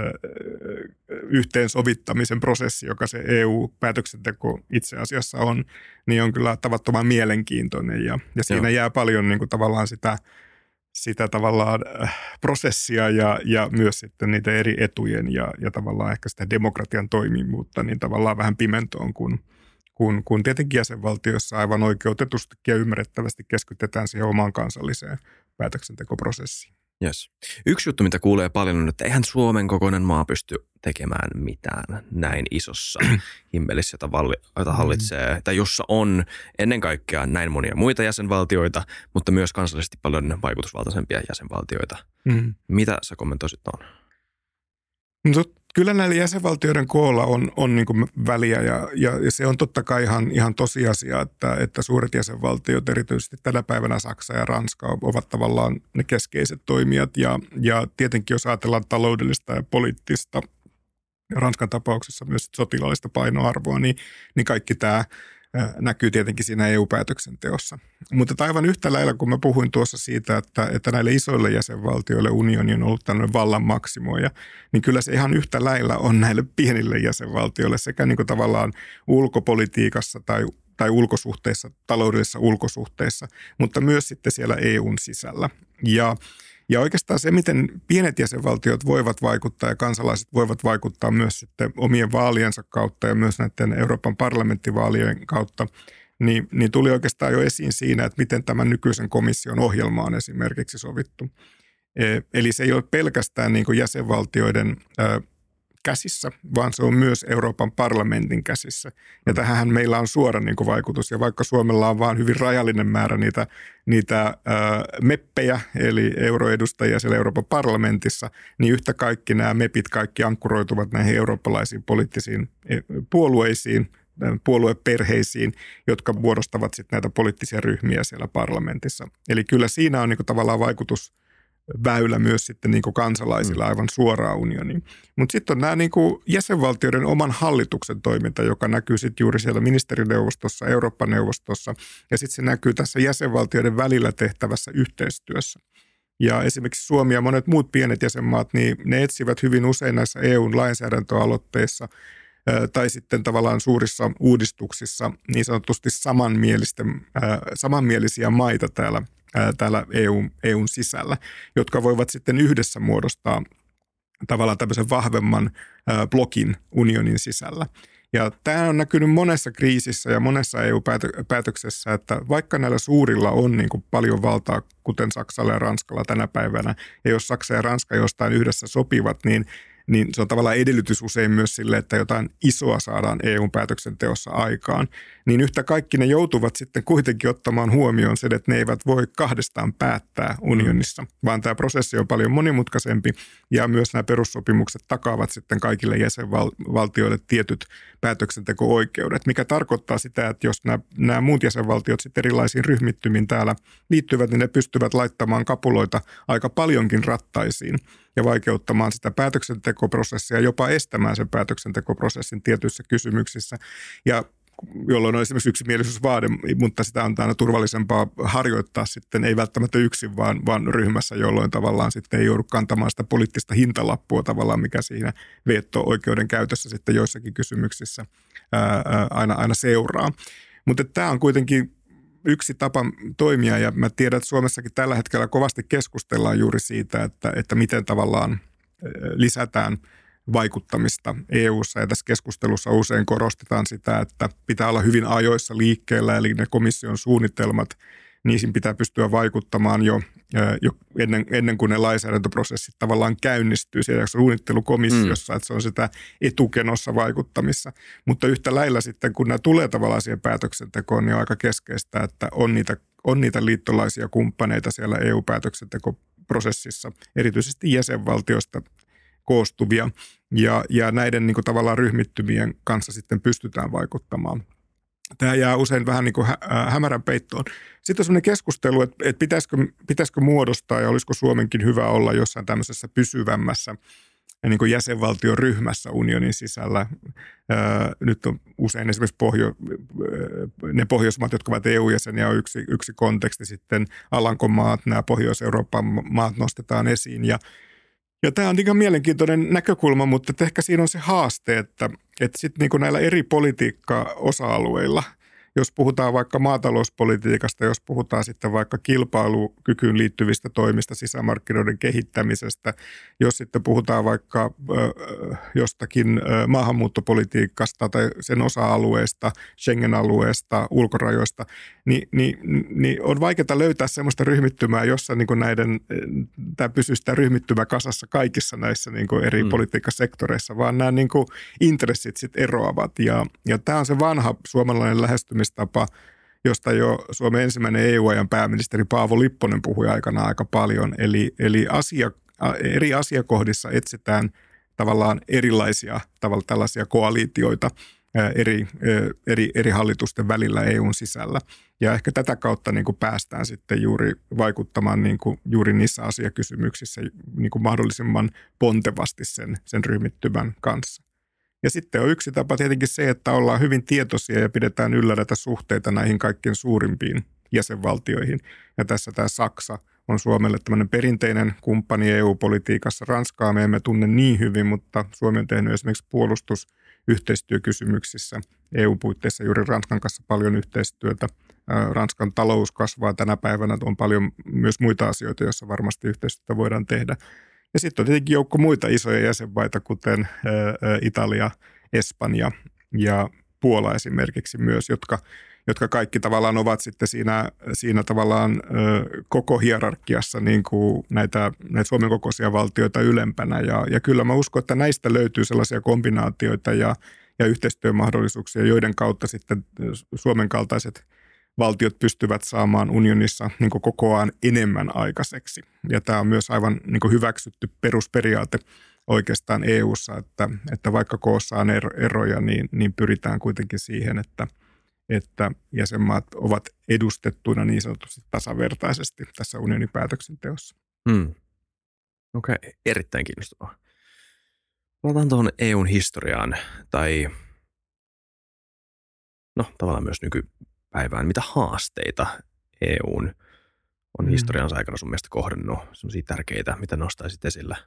yhteensovittamisen prosessi, joka se EU-päätöksenteko itse asiassa on, niin on kyllä tavattoman mielenkiintoinen ja siinä jää paljon niin kuin tavallaan sitä tavallaan prosessia ja myös sitten niitä eri etujen ja tavallaan ehkä sitä demokratian toimivuutta niin tavallaan vähän pimentoon, kun tietenkin jäsenvaltioissa aivan oikeutetusti ja ymmärrettävästi keskitytään siihen omaan kansalliseen päätöksentekoprosessiin. Yes. Yksi juttu, mitä kuulee paljon on, että eihän Suomen kokoinen maa pysty tekemään mitään näin isossa himmelissä, jota hallitsee, tai jossa on ennen kaikkea näin monia muita jäsenvaltioita, mutta myös kansallisesti paljon vaikutusvaltaisempia jäsenvaltioita. Mitä sä kommentoisit tuon? No, kyllä näillä jäsenvaltioiden koolla on niin kuin väliä ja se on totta kai ihan tosiasia, että suuret jäsenvaltiot, erityisesti tänä päivänä Saksa ja Ranska, ovat tavallaan ne keskeiset toimijat ja tietenkin jos ajatellaan taloudellista ja poliittista, Ranskan tapauksessa myös sotilaallista painoarvoa, niin kaikki tämä näkyy tietenkin siinä EU-päätöksenteossa. Mutta aivan yhtä lailla, kun mä puhuin tuossa siitä, että näille isoille jäsenvaltioille unioni on ollut tällainen vallan maksimoija, niin kyllä se ihan yhtä lailla on näille pienille jäsenvaltioille sekä niin kuin tavallaan ulkopolitiikassa tai ulkosuhteissa, taloudellisissa ulkosuhteissa, mutta myös sitten siellä EUn sisällä. Ja oikeastaan se, miten pienet jäsenvaltiot voivat vaikuttaa ja kansalaiset voivat vaikuttaa myös sitten omien vaaliensa kautta ja myös näiden Euroopan parlamenttivaalien kautta, niin tuli oikeastaan jo esiin siinä, että miten tämän nykyisen komission ohjelma on esimerkiksi sovittu. Eli se ei ole pelkästään niin kuin jäsenvaltioiden käsissä, vaan se on myös Euroopan parlamentin käsissä. Ja tähän meillä on suora niin kuin vaikutus. Ja vaikka Suomella on vain hyvin rajallinen määrä niitä meppejä, eli euroedustajia siellä Euroopan parlamentissa, niin yhtä kaikki nämä mepit kaikki ankkuroituvat näihin eurooppalaisiin poliittisiin puolueisiin, puolueperheisiin, jotka muodostavat sitten näitä poliittisia ryhmiä siellä parlamentissa. Eli kyllä siinä on niin kuin tavallaan vaikutusväylä myös sitten niin kuin kansalaisilla aivan suoraan unioniin. Mutta sitten on nämä niin kuin jäsenvaltioiden oman hallituksen toiminta, joka näkyy sitten juuri siellä ministerineuvostossa, Eurooppa-neuvostossa, ja sitten se näkyy tässä jäsenvaltioiden välillä tehtävässä yhteistyössä. Ja esimerkiksi Suomi ja monet muut pienet jäsenmaat, niin ne etsivät hyvin usein näissä EUn lainsäädäntöaloitteissa tai sitten tavallaan suurissa uudistuksissa niin sanotusti samanmielisiä maita täällä EUn sisällä, jotka voivat sitten yhdessä muodostaa tavallaan tämmöisen vahvemman blokin unionin sisällä. Ja tämä on näkynyt monessa kriisissä ja monessa EU-päätöksessä, että vaikka näillä suurilla on niin kuin paljon valtaa, kuten Saksalla ja Ranskalla tänä päivänä, ja jos Saksa ja Ranska jostain yhdessä sopivat, niin se on tavallaan edellytys usein myös sille, että jotain isoa saadaan EU-päätöksenteossa aikaan. Niin yhtä kaikki ne joutuvat sitten kuitenkin ottamaan huomioon sen, että ne eivät voi kahdestaan päättää unionissa, vaan tämä prosessi on paljon monimutkaisempi ja myös nämä perussopimukset takaavat sitten kaikille jäsenvaltioille tietyt päätöksenteko-oikeudet, mikä tarkoittaa sitä, että jos nämä muut jäsenvaltiot sitten erilaisiin ryhmittymiin täällä liittyvät, niin ne pystyvät laittamaan kapuloita aika paljonkin rattaisiin ja vaikeuttamaan sitä päätöksentekoprosessia, jopa estämään sen päätöksentekoprosessin tietyissä kysymyksissä. Ja jolloin on esimerkiksi yksimielisyysvaade, mutta sitä on aina turvallisempaa harjoittaa sitten, ei välttämättä yksin, vaan ryhmässä, jolloin tavallaan sitten ei joudu kantamaan sitä poliittista hintalappua tavallaan, mikä siinä veto-oikeuden käytössä sitten joissakin kysymyksissä aina seuraa. Mutta tämä on kuitenkin yksi tapa toimia, ja mä tiedän, että Suomessakin tällä hetkellä kovasti keskustellaan juuri siitä, että miten tavallaan lisätään vaikuttamista EU:ssa, ja tässä keskustelussa usein korostetaan sitä, että pitää olla hyvin ajoissa liikkeellä, eli ne komission suunnitelmat, niihin pitää pystyä vaikuttamaan jo ennen kuin ne lainsäädäntöprosessit tavallaan käynnistyy siellä suunnittelukomissiossa, että se on sitä etukenossa vaikuttamissa. Mutta yhtä lailla sitten, kun nämä tulee tavallaan siihen päätöksentekoon, niin on aika keskeistä, että on niitä liittolaisia kumppaneita siellä EU-päätöksentekoprosessissa, erityisesti jäsenvaltioista koostuvia, ja näiden niin kuin tavallaan ryhmittymien kanssa sitten pystytään vaikuttamaan. Tämä jää usein vähän niin kuin hämärän peittoon. Sitten on sellainen keskustelu, että pitäisikö muodostaa ja olisiko Suomenkin hyvä olla jossain tämmöisessä pysyvämmässä niin kuin jäsenvaltioryhmässä unionin sisällä. Nyt on usein esimerkiksi ne Pohjoismaat, jotka ovat EU-jäseniä, on yksi konteksti. Sitten Alankomaat, nämä Pohjois-Euroopan maat nostetaan esiin. Ja tämä on ihan mielenkiintoinen näkökulma, mutta ehkä siinä on se haaste, että sitten niin kuin näillä eri politiikka-osa-alueilla, jos puhutaan vaikka maatalouspolitiikasta, jos puhutaan sitten vaikka kilpailukykyyn liittyvistä toimista, sisämarkkinoiden kehittämisestä, jos sitten puhutaan vaikka jostakin maahanmuuttopolitiikasta tai sen osa-alueesta, Schengen-alueesta, ulkorajoista, niin on vaikeaa löytää sellaista ryhmittymää, jossa niin kuin tämä pysyy sitä ryhmittymää kasassa kaikissa näissä niin kuin eri politiikkasektoreissa, vaan nämä niin kuin intressit sitten eroavat. Ja tämä on se vanha suomalainen lähestymistapa, josta jo Suomen ensimmäinen EU-ajan pääministeri Paavo Lipponen puhui aikanaan aika paljon. Eli eri asiakohdissa etsitään tavallaan erilaisia tällaisia koalitioita eri hallitusten välillä EUn sisällä. Ja ehkä tätä kautta niin kuin päästään sitten juuri vaikuttamaan niin kuin juuri niissä asiakysymyksissä niin kuin mahdollisimman pontevasti sen ryhmittymän kanssa. Ja sitten on yksi tapa tietenkin se, että ollaan hyvin tietoisia ja pidetään yllä näitä suhteita näihin kaikkein suurimpiin jäsenvaltioihin. Ja tässä tämä Saksa on Suomelle tämmöinen perinteinen kumppani EU-politiikassa. Ranskaa me emme tunne niin hyvin, mutta Suomi on tehnyt esimerkiksi puolustusyhteistyökysymyksissä EU-puitteissa juuri Ranskan kanssa paljon yhteistyötä. Ranskan talous kasvaa tänä päivänä, on paljon myös muita asioita, joissa varmasti yhteistyötä voidaan tehdä. Ja sitten on tietenkin joukko muita isoja jäsenmaita, kuten Italia, Espanja ja Puola esimerkiksi myös, jotka kaikki tavallaan ovat sitten siinä tavallaan koko hierarkiassa niin kuin näitä Suomen kokoisia valtioita ylempänä. Ja kyllä mä uskon, että näistä löytyy sellaisia kombinaatioita ja yhteistyömahdollisuuksia, joiden kautta sitten Suomen kaltaiset valtiot pystyvät saamaan unionissa niin kuin kokoaan enemmän aikaiseksi. Ja tämä on myös aivan niin kuin hyväksytty perusperiaate oikeastaan EU:ssa, että vaikka koossa on eroja, niin pyritään kuitenkin siihen, että jäsenmaat ovat edustettuina niin sanotusti tasavertaisesti tässä unionin päätöksenteossa. Okei, erittäin kiinnostavaa. Palataan tuohon EUn historiaan tai tavallaan myös nykypäivään. Mitä haasteita EUn on historiansa aikana sun mielestä kohdannut, sellaisia tärkeitä, mitä nostaisit esille?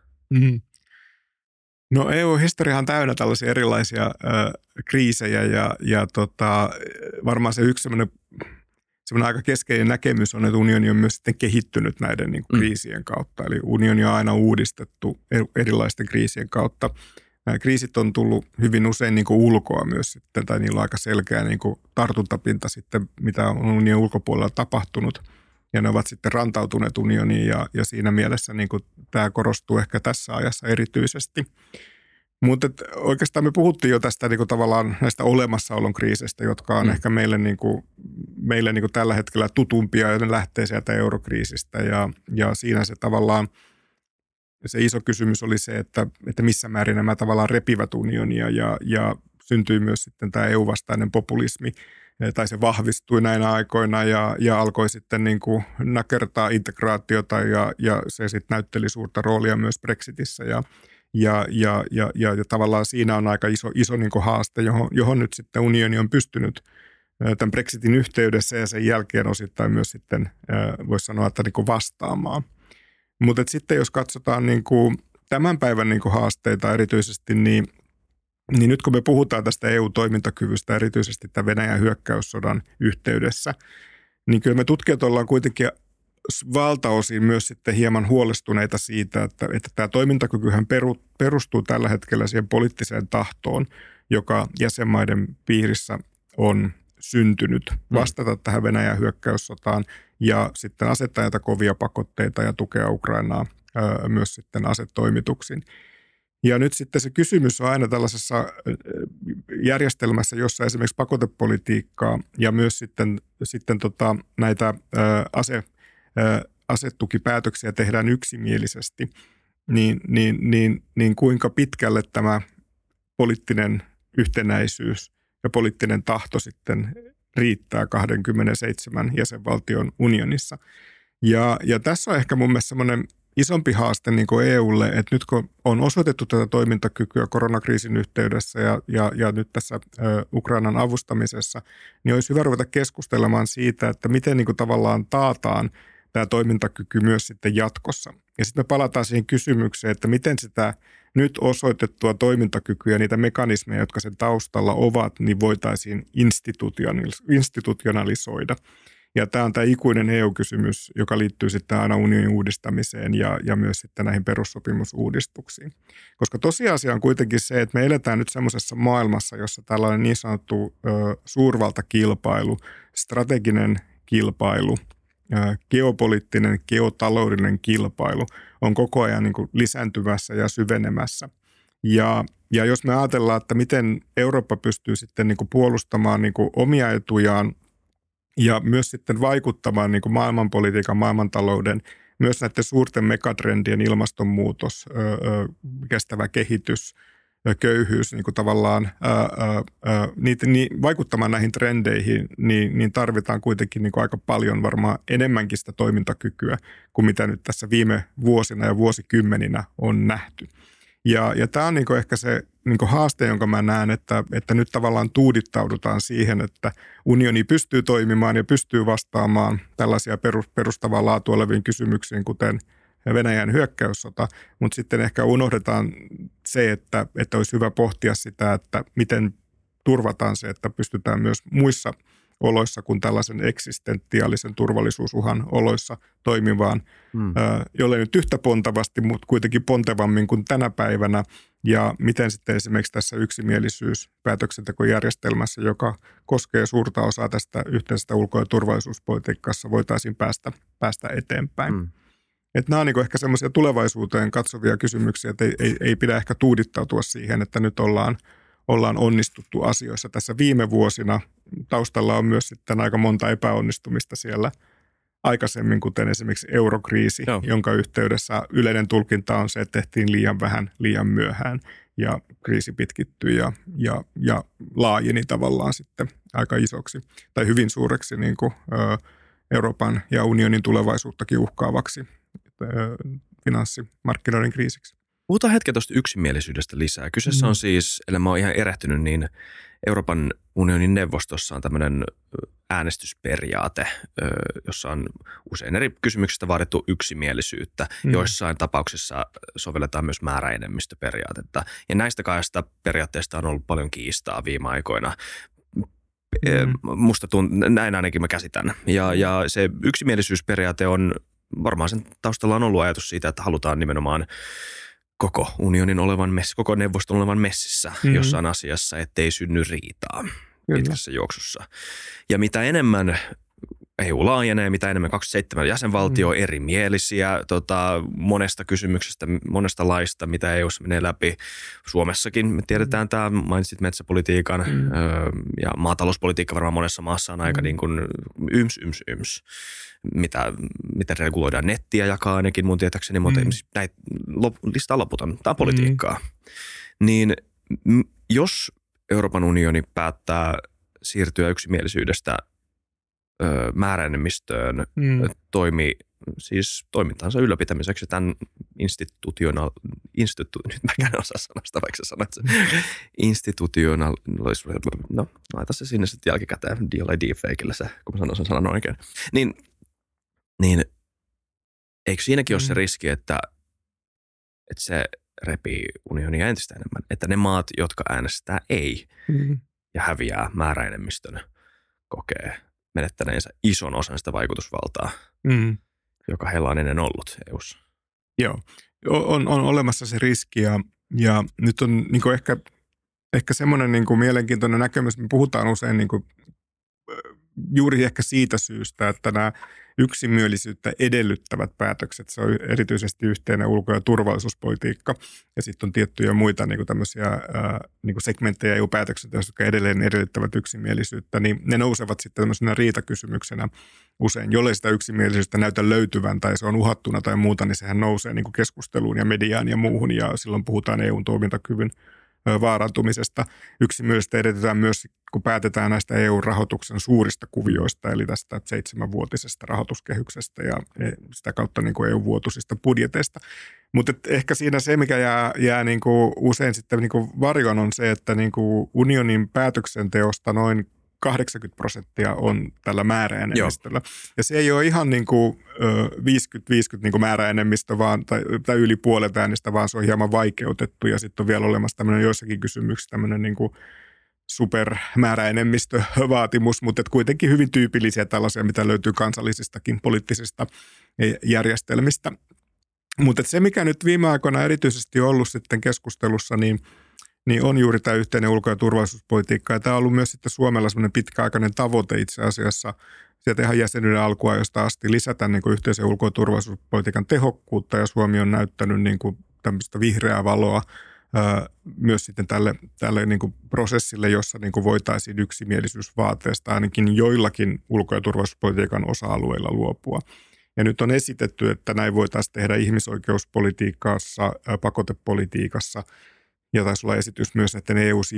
No EU-historia on täynnä tällaisia erilaisia kriisejä ja varmaan se yksi semmoinen aika keskeinen näkemys on, että unioni on myös sitten kehittynyt näiden niin kuin kriisien kautta. Eli unioni on aina uudistettu erilaisten kriisien kautta. Nämä kriisit on tullut hyvin usein niin kuin ulkoa myös sitten, tai niillä on aika selkeä niin kuin tartuntapinta sitten, mitä on unionin ulkopuolella tapahtunut. Ja ne ovat sitten rantautuneet unioniin ja siinä mielessä niin kuin tämä korostuu ehkä tässä ajassa erityisesti. Mutta oikeastaan me puhuttiin jo tästä niin kuin tavallaan näistä olemassaolon kriiseistä, jotka on ehkä meille niin kuin tällä hetkellä tutumpia ja ne lähtee sieltä eurokriisistä. Ja siinä se tavallaan se iso kysymys oli se, että missä määrin nämä tavallaan repivät unionia ja syntyi myös sitten tämä EU-vastainen populismi. Tai se vahvistui näinä aikoina ja alkoi sitten niin kuin nakertaa integraatiota ja se sitten näytteli suurta roolia myös Brexitissä ja tavallaan siinä on aika iso niin kuin haaste, johon nyt sitten unioni on pystynyt tämän Brexitin yhteydessä ja sen jälkeen osittain myös sitten voisi sanoa, että niin kuin vastaamaan. Mutta sitten jos katsotaan niin kuin tämän päivän niin kuin haasteita erityisesti, niin nyt kun me puhutaan tästä EU-toimintakyvystä erityisesti tämän Venäjän hyökkäyssodan yhteydessä, niin kyllä me tutkijat ollaan kuitenkin valtaosin myös sitten hieman huolestuneita siitä, että tämä toimintakykyhän perustuu tällä hetkellä siihen poliittiseen tahtoon, joka jäsenmaiden piirissä on syntynyt vastata tähän Venäjän hyökkäyssotaan ja sitten asettaa näitä kovia pakotteita ja tukea Ukrainaa myös sitten asetoimituksiin. Ja nyt sitten se kysymys on aina tällaisessa järjestelmässä, jossa esimerkiksi pakotepolitiikkaa ja myös sitten näitä asetukipäätöksiä tehdään yksimielisesti, niin kuinka pitkälle tämä poliittinen yhtenäisyys ja poliittinen tahto sitten riittää 27 jäsenvaltion unionissa. Ja tässä on ehkä mun mielestä semmoinen isompi haaste niin kuin EUlle, että nyt kun on osoitettu tätä toimintakykyä koronakriisin yhteydessä ja nyt tässä Ukrainan avustamisessa, niin olisi hyvä ruveta keskustelemaan siitä, että miten niin kuin tavallaan taataan tämä toimintakyky myös sitten jatkossa. Ja sitten me palataan siihen kysymykseen, että miten sitä nyt osoitettua toimintakykyä ja niitä mekanismeja, jotka sen taustalla ovat, niin voitaisiin institutionalisoida. Ja tämä on tämä ikuinen EU-kysymys, joka liittyy sitten aina unionin uudistamiseen ja myös sitten näihin perussopimusuudistuksiin. Koska tosiasia on kuitenkin se, että me eletään nyt semmoisessa maailmassa, jossa tällainen niin sanottu suurvaltakilpailu, strateginen kilpailu, geopoliittinen, geotaloudellinen kilpailu on koko ajan niin kuin lisääntymässä ja syvenemässä. Ja jos me ajatellaan, että miten Eurooppa pystyy sitten niin kuin puolustamaan niin kuin omia etujaan ja myös sitten vaikuttamaan niin kuin maailmanpolitiikan, maailmantalouden, myös näiden suurten megatrendien ilmastonmuutos, kestävä kehitys, köyhyys, niin kuin tavallaan vaikuttamaan näihin trendeihin, niin tarvitaan kuitenkin niin kuin aika paljon varmaan enemmänkin sitä toimintakykyä kuin mitä nyt tässä viime vuosina ja vuosikymmeninä on nähty. Ja tämä on niin kuin ehkä se niin kuin haaste, jonka mä näen, että nyt tavallaan tuudittaudutaan siihen, että unioni pystyy toimimaan ja pystyy vastaamaan tällaisia perustavaa laatua oleviin kysymyksiin, kuten Venäjän hyökkäyssota, mutta sitten ehkä unohdetaan se, että olisi hyvä pohtia sitä, että miten turvataan se, että pystytään myös muissa oloissa kuin tällaisen eksistentiaalisen turvallisuusuhan oloissa toimivaan, jollei nyt yhtä pontavasti, mutta kuitenkin pontevammin kuin tänä päivänä. Ja miten sitten esimerkiksi tässä yksimielisyyspäätöksentekojärjestelmässä, joka koskee suurta osaa tästä yhteisestä ulko- ja turvallisuuspolitiikassa, voitaisiin päästä eteenpäin. Että nämä on niin ehkä semmoisia tulevaisuuteen katsovia kysymyksiä, että ei pidä ehkä tuudittautua siihen, että nyt ollaan onnistuttu asioissa tässä viime vuosina. Taustalla on myös sitten aika monta epäonnistumista siellä aikaisemmin, kuten esimerkiksi eurokriisi, jonka yhteydessä yleinen tulkinta on se, että tehtiin liian vähän, liian myöhään ja kriisi pitkittyi ja laajeni tavallaan sitten aika isoksi tai hyvin suureksi niin kuin Euroopan ja unionin tulevaisuuttakin uhkaavaksi finanssimarkkinoiden kriisiksi. Puhutaan hetken tuosta yksimielisyydestä lisää. Kyseessä on siis, ellei mä oon ihan erehtynyt, niin Euroopan unionin neuvostossa on tämmöinen äänestysperiaate, jossa on usein eri kysymyksistä vaadittu yksimielisyyttä. Joissain tapauksissa sovelletaan myös määräenemmistöperiaatetta. Ja näistä kahdesta periaatteesta on ollut paljon kiistaa viime aikoina. Näin ainakin mä käsitän. Ja se yksimielisyysperiaate on, varmaan sen taustalla on ollut ajatus siitä, että halutaan nimenomaan koko unionin koko neuvoston olevan messissä jossain asiassa, ettei synny riitaa pitkässä juoksussa. Ja mitä enemmän EU laajenee, mitä enemmän 27 jäsenvaltioa erimielisiä monesta kysymyksestä, monesta laista, mitä EU:ssa menee läpi. Suomessakin me tiedetään tämä, mainitsit metsäpolitiikan ja maatalouspolitiikka varmaan monessa maassa on aika niin kuin yms. Miten reguloidaan nettiä jakaa ainakin mun tietääkseni, mutta näitä listaa loputon. Tämä on politiikkaa. Niin jos Euroopan unioni päättää siirtyä yksimielisyydestä määräenemmistöön toimintansa ylläpitämiseksi tämän nyt mäkään osaa sanoa sitä, vaikka sä sanoit no laita se sinne sitten jälkikäteen deepfakeillä se, kun mä sanon sen sanan oikein. Niin eikö siinäkin ole se riski, että se repii unionia entistä enemmän, että ne maat, jotka äänestää ei ja häviää määräenemmistön, kokee menettäneensä ison osan sitä vaikutusvaltaa, joka heillä on ennen ollut EU:ssa. Joo, on olemassa se riski ja nyt on niin kuin ehkä semmoinen niin kuin mielenkiintoinen näkemys, me puhutaan usein niin kuin, juuri ehkä siitä syystä, että nämä yksimielisyyttä edellyttävät päätökset, se on erityisesti yhteinen ulko- ja turvallisuuspolitiikka ja sitten on tiettyjä muita niin kuin tämmöisiä niin kuin segmenttejä EU-päätöksenteossa, jotka edelleen edellyttävät yksimielisyyttä, niin ne nousevat sitten tämmöisenä riitakysymyksenä usein. Jollei sitä yksimielisyyttä näytä löytyvän tai se on uhattuna tai muuta, niin sehän nousee niin kuin keskusteluun ja mediaan ja muuhun ja silloin puhutaan EUn toimintakyvyn vaarantumisesta. Yksimielisyyttä edellytetään myös, kun päätetään näistä EU-rahoituksen suurista kuvioista, eli tästä 7-vuotisesta rahoituskehyksestä ja sitä kautta niin kuin EU-vuotuisista budjeteista. Mutta ehkä siinä se, mikä jää niin kuin usein sitten niin kuin varjon, on se, että niin kuin unionin päätöksenteosta noin 80% on tällä määräenemmistöllä. Ja se ei ole ihan niin kuin 50-50 niin kuin määräenemmistö vaan, tai yli puolet äänistä, vaan se on hieman vaikeutettu. Ja sitten on vielä olemassa tämmöinen joissakin kysymyksissä tämmöinen niin kuin supermääräenemmistövaatimus, mutta kuitenkin hyvin tyypillisiä tällaisia, mitä löytyy kansallisistakin poliittisista järjestelmistä. Mutta se, mikä nyt viime aikoina erityisesti on ollut sitten keskustelussa, niin on juuri tämä yhteinen ulko- ja turvallisuuspolitiikka. Ja tämä on ollut myös sitten Suomella semmoinen pitkäaikainen tavoite itse asiassa sieltä ihan jäsenyyden alkuajosta asti lisätä niin kuin yhteisen ulko- ja turvallisuuspolitiikan tehokkuutta. Ja Suomi on näyttänyt niin kuin tämmöistä vihreää valoa myös sitten tälle niin kuin prosessille, jossa niin kuin voitaisiin yksimielisyysvaateesta ainakin joillakin ulko- ja turvallisuuspolitiikan osa-alueilla luopua. Ja nyt on esitetty, että näin voitaisiin tehdä ihmisoikeuspolitiikassa, pakotepolitiikassa. Ja taisi olla esitys myös näiden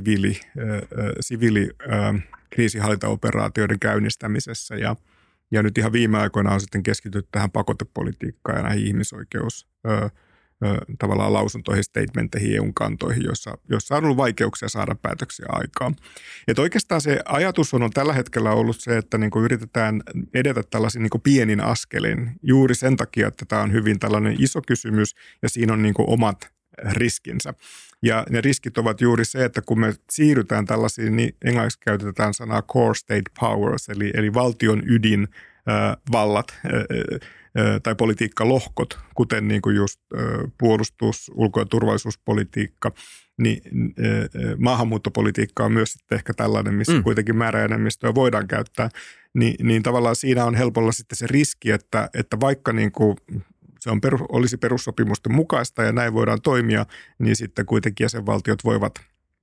EU-siviili-kriisinhallintaoperaatioiden käynnistämisessä. Ja nyt ihan viime aikoina on sitten keskitytty tähän pakotepolitiikkaan ja näihin tavallaan lausuntoihin, statementteihin, EU-kantoihin, joissa on ollut vaikeuksia saada päätöksiä aikaan. Että oikeastaan se ajatus on tällä hetkellä ollut se, että niin kuin yritetään edetä tällaisin niin kuin pienin askelin juuri sen takia, että tämä on hyvin tällainen iso kysymys ja siinä on niin kuin omat riskinsä. Ja ne riskit ovat juuri se, että kun me siirrytään tällaisiin, niin englanniksi käytetään sanaa core state powers, eli valtion ydin vallat tai politiikkalohkot, kuten niin kuin just puolustus, ulko- ja turvallisuuspolitiikka, niin maahanmuuttopolitiikka on myös sitten ehkä tällainen, missä kuitenkin määräenemmistöä voidaan käyttää, niin tavallaan siinä on helpolla sitten se riski, että vaikka niin kuin se olisi perussopimusten mukaista ja näin voidaan toimia, niin sitten kuitenkin jäsenvaltiot voivat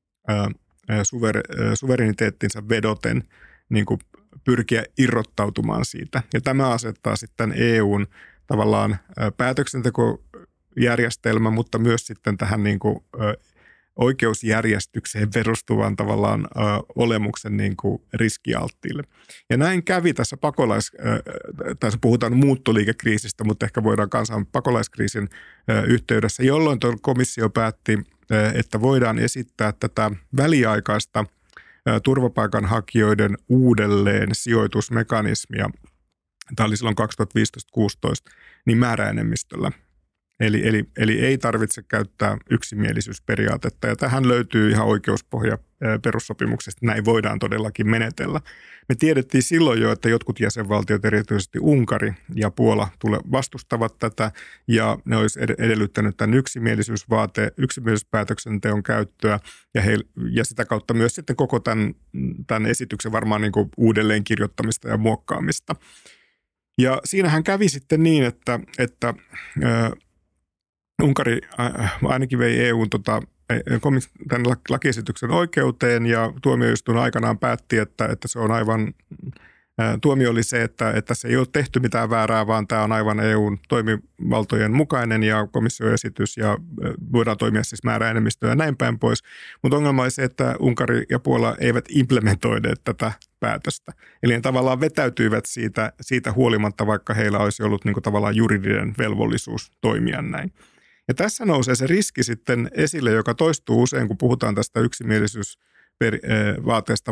suvereniteettinsa vedoten niin kuin pyrkiä irrottautumaan siitä. Ja tämä asettaa sitten EUn tavallaan päätöksentekojärjestelmä, mutta myös sitten tähän niin kuin oikeusjärjestykseen perustuvan tavallaan olemuksen niin kuin riskialttiille. Ja näin kävi tässä tässä puhutaan muuttoliikekriisistä, mutta ehkä voidaan kansan pakolaiskriisin yhteydessä, jolloin komissio päätti, että voidaan esittää tätä väliaikaista turvapaikanhakijoiden uudelleen sijoitusmekanismia, tämä oli silloin 2015-16, niin määräenemmistöllä. Eli ei tarvitse käyttää yksimielisyysperiaatetta, ja tähän löytyy ihan oikeuspohja perussopimuksesta. Näin voidaan todellakin menetellä. Me tiedettiin silloin jo, että jotkut jäsenvaltiot, erityisesti Unkari ja Puola, vastustavat tätä, ja ne olisi edellyttänyt tämän yksimielisyyspäätöksenteon käyttöä, ja sitä kautta myös sitten koko tämän esityksen varmaan niin kuin uudelleen kirjoittamista ja muokkaamista. Ja siinähän kävi sitten niin, että Unkari ainakin vei EUn tämän lakiesityksen oikeuteen, ja tuomioistuin aikanaan päätti, että se on aivan, tuomio oli se, että se ei ole tehty mitään väärää, vaan tämä on aivan EUn toimivaltojen mukainen ja komission esitys, ja voidaan toimia siis määräenemmistöä ja näin päin pois. Mutta ongelma on se, että Unkari ja Puola eivät implementoineet tätä päätöstä. Eli ne tavallaan vetäytyivät siitä huolimatta, vaikka heillä olisi ollut niin kuin tavallaan juridinen velvollisuus toimia näin. Ja tässä nousee se riski sitten esille, joka toistuu usein, kun puhutaan tästä yksimielisyysperiaatteesta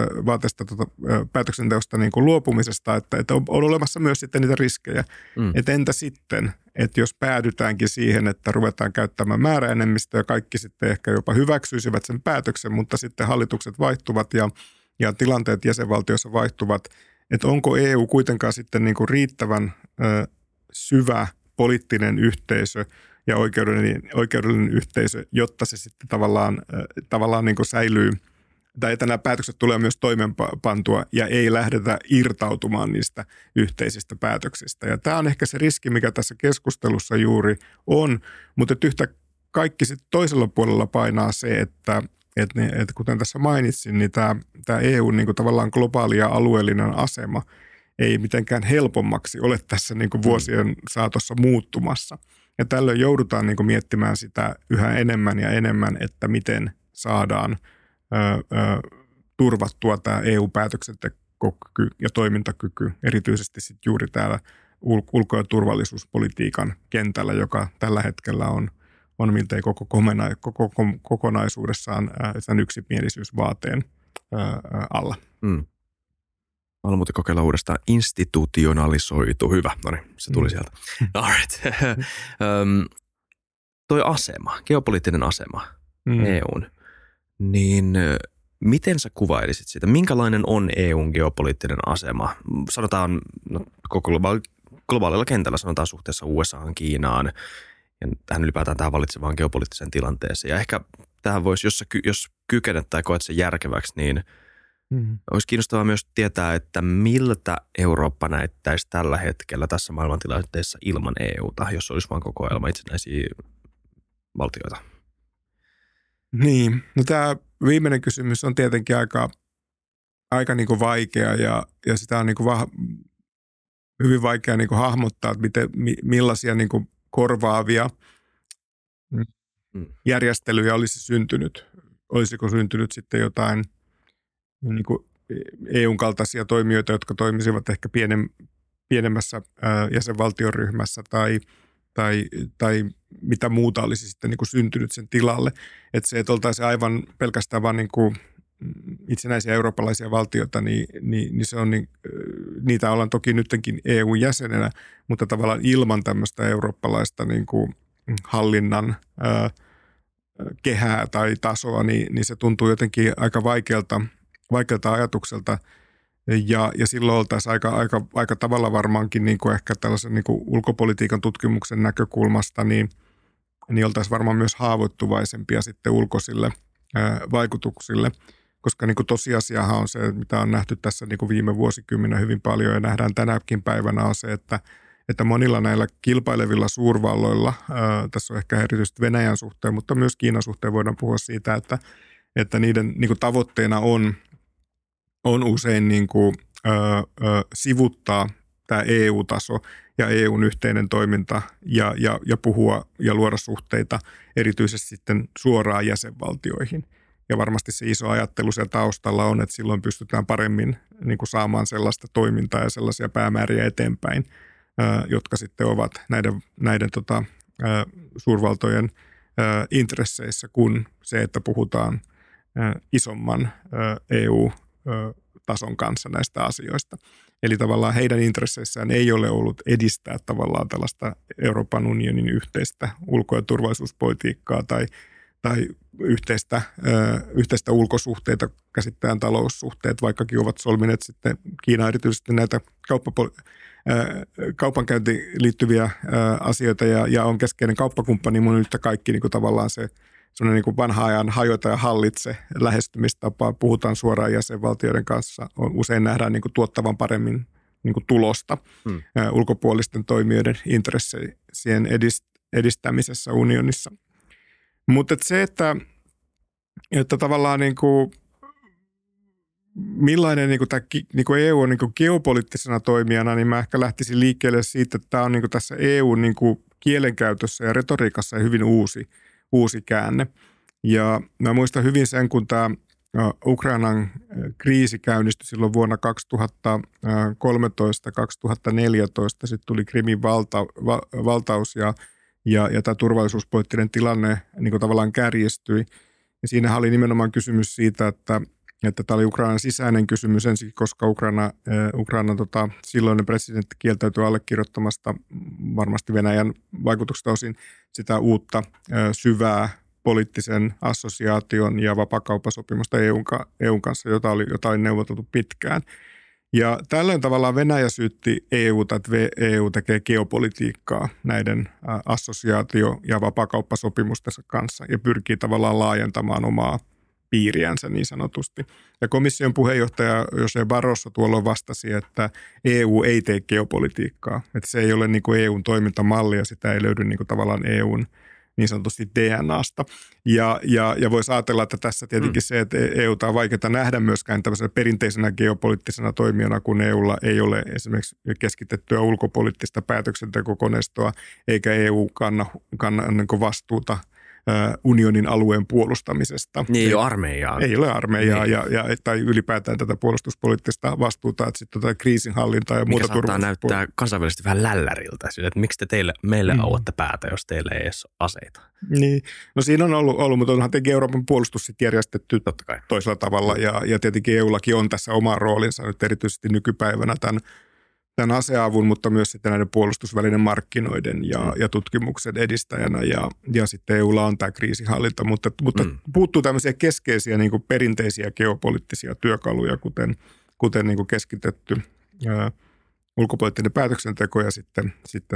päätöksenteosta niin kuin luopumisesta, että on olemassa myös sitten niitä riskejä. Että entä sitten, että jos päädytäänkin siihen, että ruvetaan käyttämään määräenemmistöä, kaikki sitten ehkä jopa hyväksyisivät sen päätöksen, mutta sitten hallitukset vaihtuvat ja tilanteet jäsenvaltioissa vaihtuvat, että onko EU kuitenkaan sitten niin kuin riittävän syvä poliittinen yhteisö ja oikeudellinen yhteisö, jotta se sitten tavallaan niin kuin säilyy, tai että nämä päätökset tulee myös toimeenpantua ja ei lähdetä irtautumaan niistä yhteisistä päätöksistä. Ja tämä on ehkä se riski, mikä tässä keskustelussa juuri on, mutta yhtä kaikki sitten toisella puolella painaa se, että kuten tässä mainitsin, niin tämä EUn niin kuin tavallaan globaali ja alueellinen asema ei mitenkään helpommaksi ole tässä niin kuin vuosien saatossa muuttumassa. Ja tällöin joudutaan niin kuin miettimään sitä yhä enemmän ja enemmän, että miten saadaan turvattua tämä EU-päätöksentekokyky ja toimintakyky, erityisesti sitten juuri täällä ulko- ja turvallisuuspolitiikan kentällä, joka tällä hetkellä on miltei koko kokonaisuudessaan sen yksimielisyysvaateen alla. Haluan muuten kokeilla uudestaan. Institutionalisoitu. Hyvä. No niin, se tuli sieltä. All right. Toi asema, geopoliittinen asema EUn, niin miten sä kuvailisit sitä? Minkälainen on EUn geopoliittinen asema? Sanotaan koko globaalilla kentällä, sanotaan suhteessa USA:han, Kiinaan ja tähän ylipäätään tähän vallitsevaan geopoliittiseen tilanteeseen. Ja ehkä tähän voisi, jos kykenet tai koet sen järkeväksi, niin olisi kiinnostavaa myös tietää, että miltä Eurooppa näyttäisi tällä hetkellä tässä maailmantilanteessa ilman EUta, jos olisi vain kokoelma itsenäisiä valtioita. Niin, no tämä viimeinen kysymys on tietenkin aika niin kuin vaikea ja sitä on niin kuin hyvin vaikea niin kuin hahmottaa, että millaisia niin kuin korvaavia järjestelyjä olisi syntynyt. Olisiko syntynyt sitten jotain niin kuin EUn kaltaisia toimijoita, jotka toimisivat ehkä pienemmässä jäsenvaltioryhmässä tai mitä muuta olisi sitten niin kuin syntynyt sen tilalle. Että se, että oltaisiin aivan pelkästään vaan niin kuin itsenäisiä eurooppalaisia valtioita, niin se on niitä ollaan toki nytkin EU-jäsenenä, mutta tavallaan ilman tämmöistä eurooppalaista niin kuin hallinnan kehää tai tasoa, niin se tuntuu jotenkin aika vaikealta ajatukselta. Ja silloin oltaisiin aika tavalla varmaankin niin kuin ehkä tällaisen niin kuin ulkopolitiikan tutkimuksen näkökulmasta, niin oltaisiin varmaan myös haavoittuvaisempia sitten ulkoisille vaikutuksille, koska niin kuin tosiasiahan on se, mitä on nähty tässä niin kuin viime vuosikymmenen hyvin paljon ja nähdään tänäkin päivänä on se, että monilla näillä kilpailevilla suurvalloilla, tässä on ehkä erityisesti Venäjän suhteen, mutta myös Kiinan suhteen voidaan puhua siitä, että niiden niin kuin tavoitteena on usein niin kuin, sivuttaa tämä EU-taso ja EUn yhteinen toiminta ja puhua ja luoda suhteita erityisesti sitten suoraan jäsenvaltioihin. Ja varmasti se iso ajattelu siellä taustalla on, että silloin pystytään paremmin niin kuin saamaan sellaista toimintaa ja sellaisia päämääriä eteenpäin, jotka sitten ovat näiden suurvaltojen intresseissä kuin se, että puhutaan isomman EU-tason kanssa näistä asioista. Eli tavallaan heidän intresseissään ei ole ollut edistää tavallaan tällaista Euroopan unionin yhteistä ulko- ja turvallisuuspolitiikkaa tai yhteistä ulkosuhteita käsittäen taloussuhteet, vaikkakin ovat solmineet sitten Kiina erityisesti näitä kaupankäyntiin liittyviä asioita ja on keskeinen kauppakumppani, mun yhtä kaikki niin kuin tavallaan se sellainen niin kuin vanha ajan hajota ja hallitse lähestymistapa, puhutaan suoraan jäsenvaltioiden kanssa, usein nähdään niin kuin tuottavan paremmin niin kuin tulosta ulkopuolisten toimijoiden intressien edistämisessä unionissa. Mutta se, että tavallaan niin kuin, millainen niin kuin tämä niin kuin EU on niin kuin geopoliittisena toimijana, niin mä ehkä lähtisin liikkeelle siitä, että tämä on niin kuin tässä EUn niin kuin kielenkäytössä ja retoriikassa hyvin uusi käänne. Ja mä muistan hyvin sen, kun tämä Ukrainan kriisi käynnistyi silloin vuonna 2013-2014, sitten tuli Krimin valtaus ja tämä turvallisuuspoliittinen tilanne niin kuin tavallaan kärjistyi. Ja siinähän oli nimenomaan kysymys siitä, että tämä oli Ukrainan sisäinen kysymys ensin, koska Ukrainan silloinen presidentti kieltäytyi allekirjoittamasta varmasti Venäjän vaikutuksesta osin sitä uutta syvää poliittisen assosiaation ja vapaakauppasopimusta EUn kanssa, jota oli neuvoteltu pitkään. Ja tällöin tavallaan Venäjä syytti EUta, että EU tekee geopolitiikkaa näiden assosiaatio- ja vapaakauppasopimustensa kanssa ja pyrkii tavallaan laajentamaan omaa piiriänsä niin sanotusti. Ja komission puheenjohtaja José Barroso tuolloin vastasi, että EU ei tee geopolitiikkaa. Että se ei ole niin kuin EUn toimintamalli ja sitä ei löydy niin kuin tavallaan EUn niin sanotusti DNAsta. Ja voisi ajatella, että tässä tietenkin se, että EUta on vaikeaa nähdä myöskään tämmöisenä perinteisenä geopoliittisena toimijana, kun EUlla ei ole esimerkiksi keskitettyä ulkopoliittista päätöksentekokoneistoa, eikä EU kanna niin kuin vastuuta unionin alueen puolustamisesta. Niin ei ole armeijaa. Ei ole armeijaa tai ylipäätään tätä puolustuspoliittista vastuuta, että sitten tätä kriisinhallintaa ja muuta turvallisuutta. Mikä saattaa näyttää kansainvälisesti vähän lälläriltä, että miksi te meille auatte päätä, jos teillä ei edes ole aseita. Niin, no siinä on ollut mutta onhan tietenkin Euroopan puolustus sitten järjestetty toisella tavalla ja tietenkin EUllakin on tässä oma roolinsa nyt erityisesti nykypäivänä tämän aseavun, mutta myös sitten näiden puolustusvälinen markkinoiden ja tutkimuksen edistäjänä ja sitten EUlla on tämä kriisinhallinta, mutta puuttuu tämmöisiä keskeisiä niin kuin perinteisiä geopoliittisia työkaluja, kuten niin kuin keskitetty ulkopoliittinen päätöksenteko ja sitten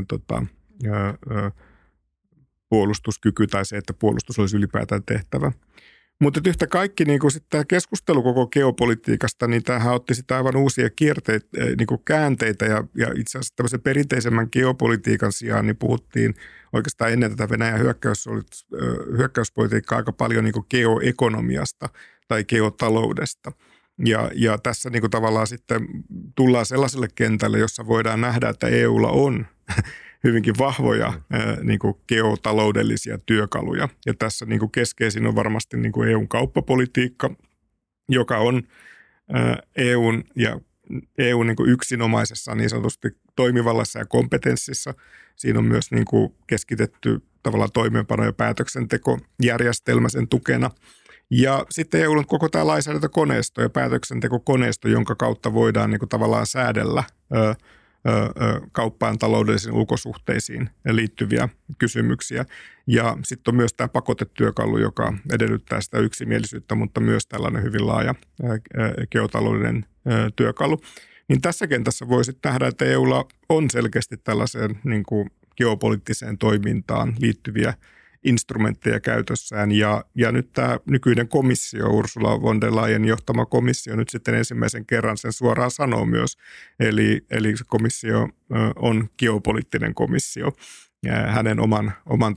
puolustuskyky tai se, että puolustus olisi ylipäätään tehtävä. Mutta yhtä kaikki niin tämä keskustelu koko geopolitiikasta, niin tämähän otti sitä aivan uusia käänteitä ja itse asiassa tämmöisen perinteisemmän geopolitiikan sijaan niin puhuttiin oikeastaan ennen tätä Venäjän hyökkäyspolitiikkaa aika paljon niin geoekonomiasta tai geotaloudesta. Ja tässä niin tavallaan sitten tullaan sellaiselle kentälle, jossa voidaan nähdä, että EUlla on hyvinkin vahvoja niin kuin geotaloudellisia työkaluja. Ja tässä niin kuin keskeisin on varmasti niin kuin EUn kauppapolitiikka, joka on EUn niin kuin yksinomaisessa niin sanotusti toimivallassa ja kompetenssissa. Siinä on myös niin kuin keskitetty tavallaan toimeenpano- ja päätöksentekojärjestelmä sen tukena. Ja sitten EUlla on koko tämä lainsäädäntökoneisto ja päätöksentekokoneisto, jonka kautta voidaan niin kuin tavallaan säädellä kauppaan, taloudellisiin ulkosuhteisiin liittyviä kysymyksiä. Ja sitten on myös tämä pakotetyökalu, joka edellyttää sitä yksimielisyyttä, mutta myös tällainen hyvin laaja geotaloudellinen työkalu. Niin tässä kentässä voisi nähdä, että EUlla on selkeästi tällaiseen niin kuin geopoliittiseen toimintaan liittyviä instrumentteja käytössään. Ja nyt tämä nykyinen komissio, Ursula von der Leyen johtama komissio, nyt sitten ensimmäisen kerran sen suoraan sanoo myös. Eli se komissio on geopoliittinen komissio. Ja hänen oman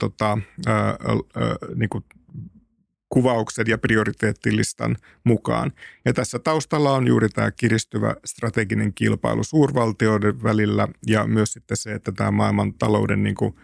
niin kuin kuvauksen ja prioriteettilistan mukaan. Ja tässä taustalla on juuri tämä kiristyvä strateginen kilpailu suurvaltioiden välillä ja myös sitten se, että tämä maailman talouden niin kuin,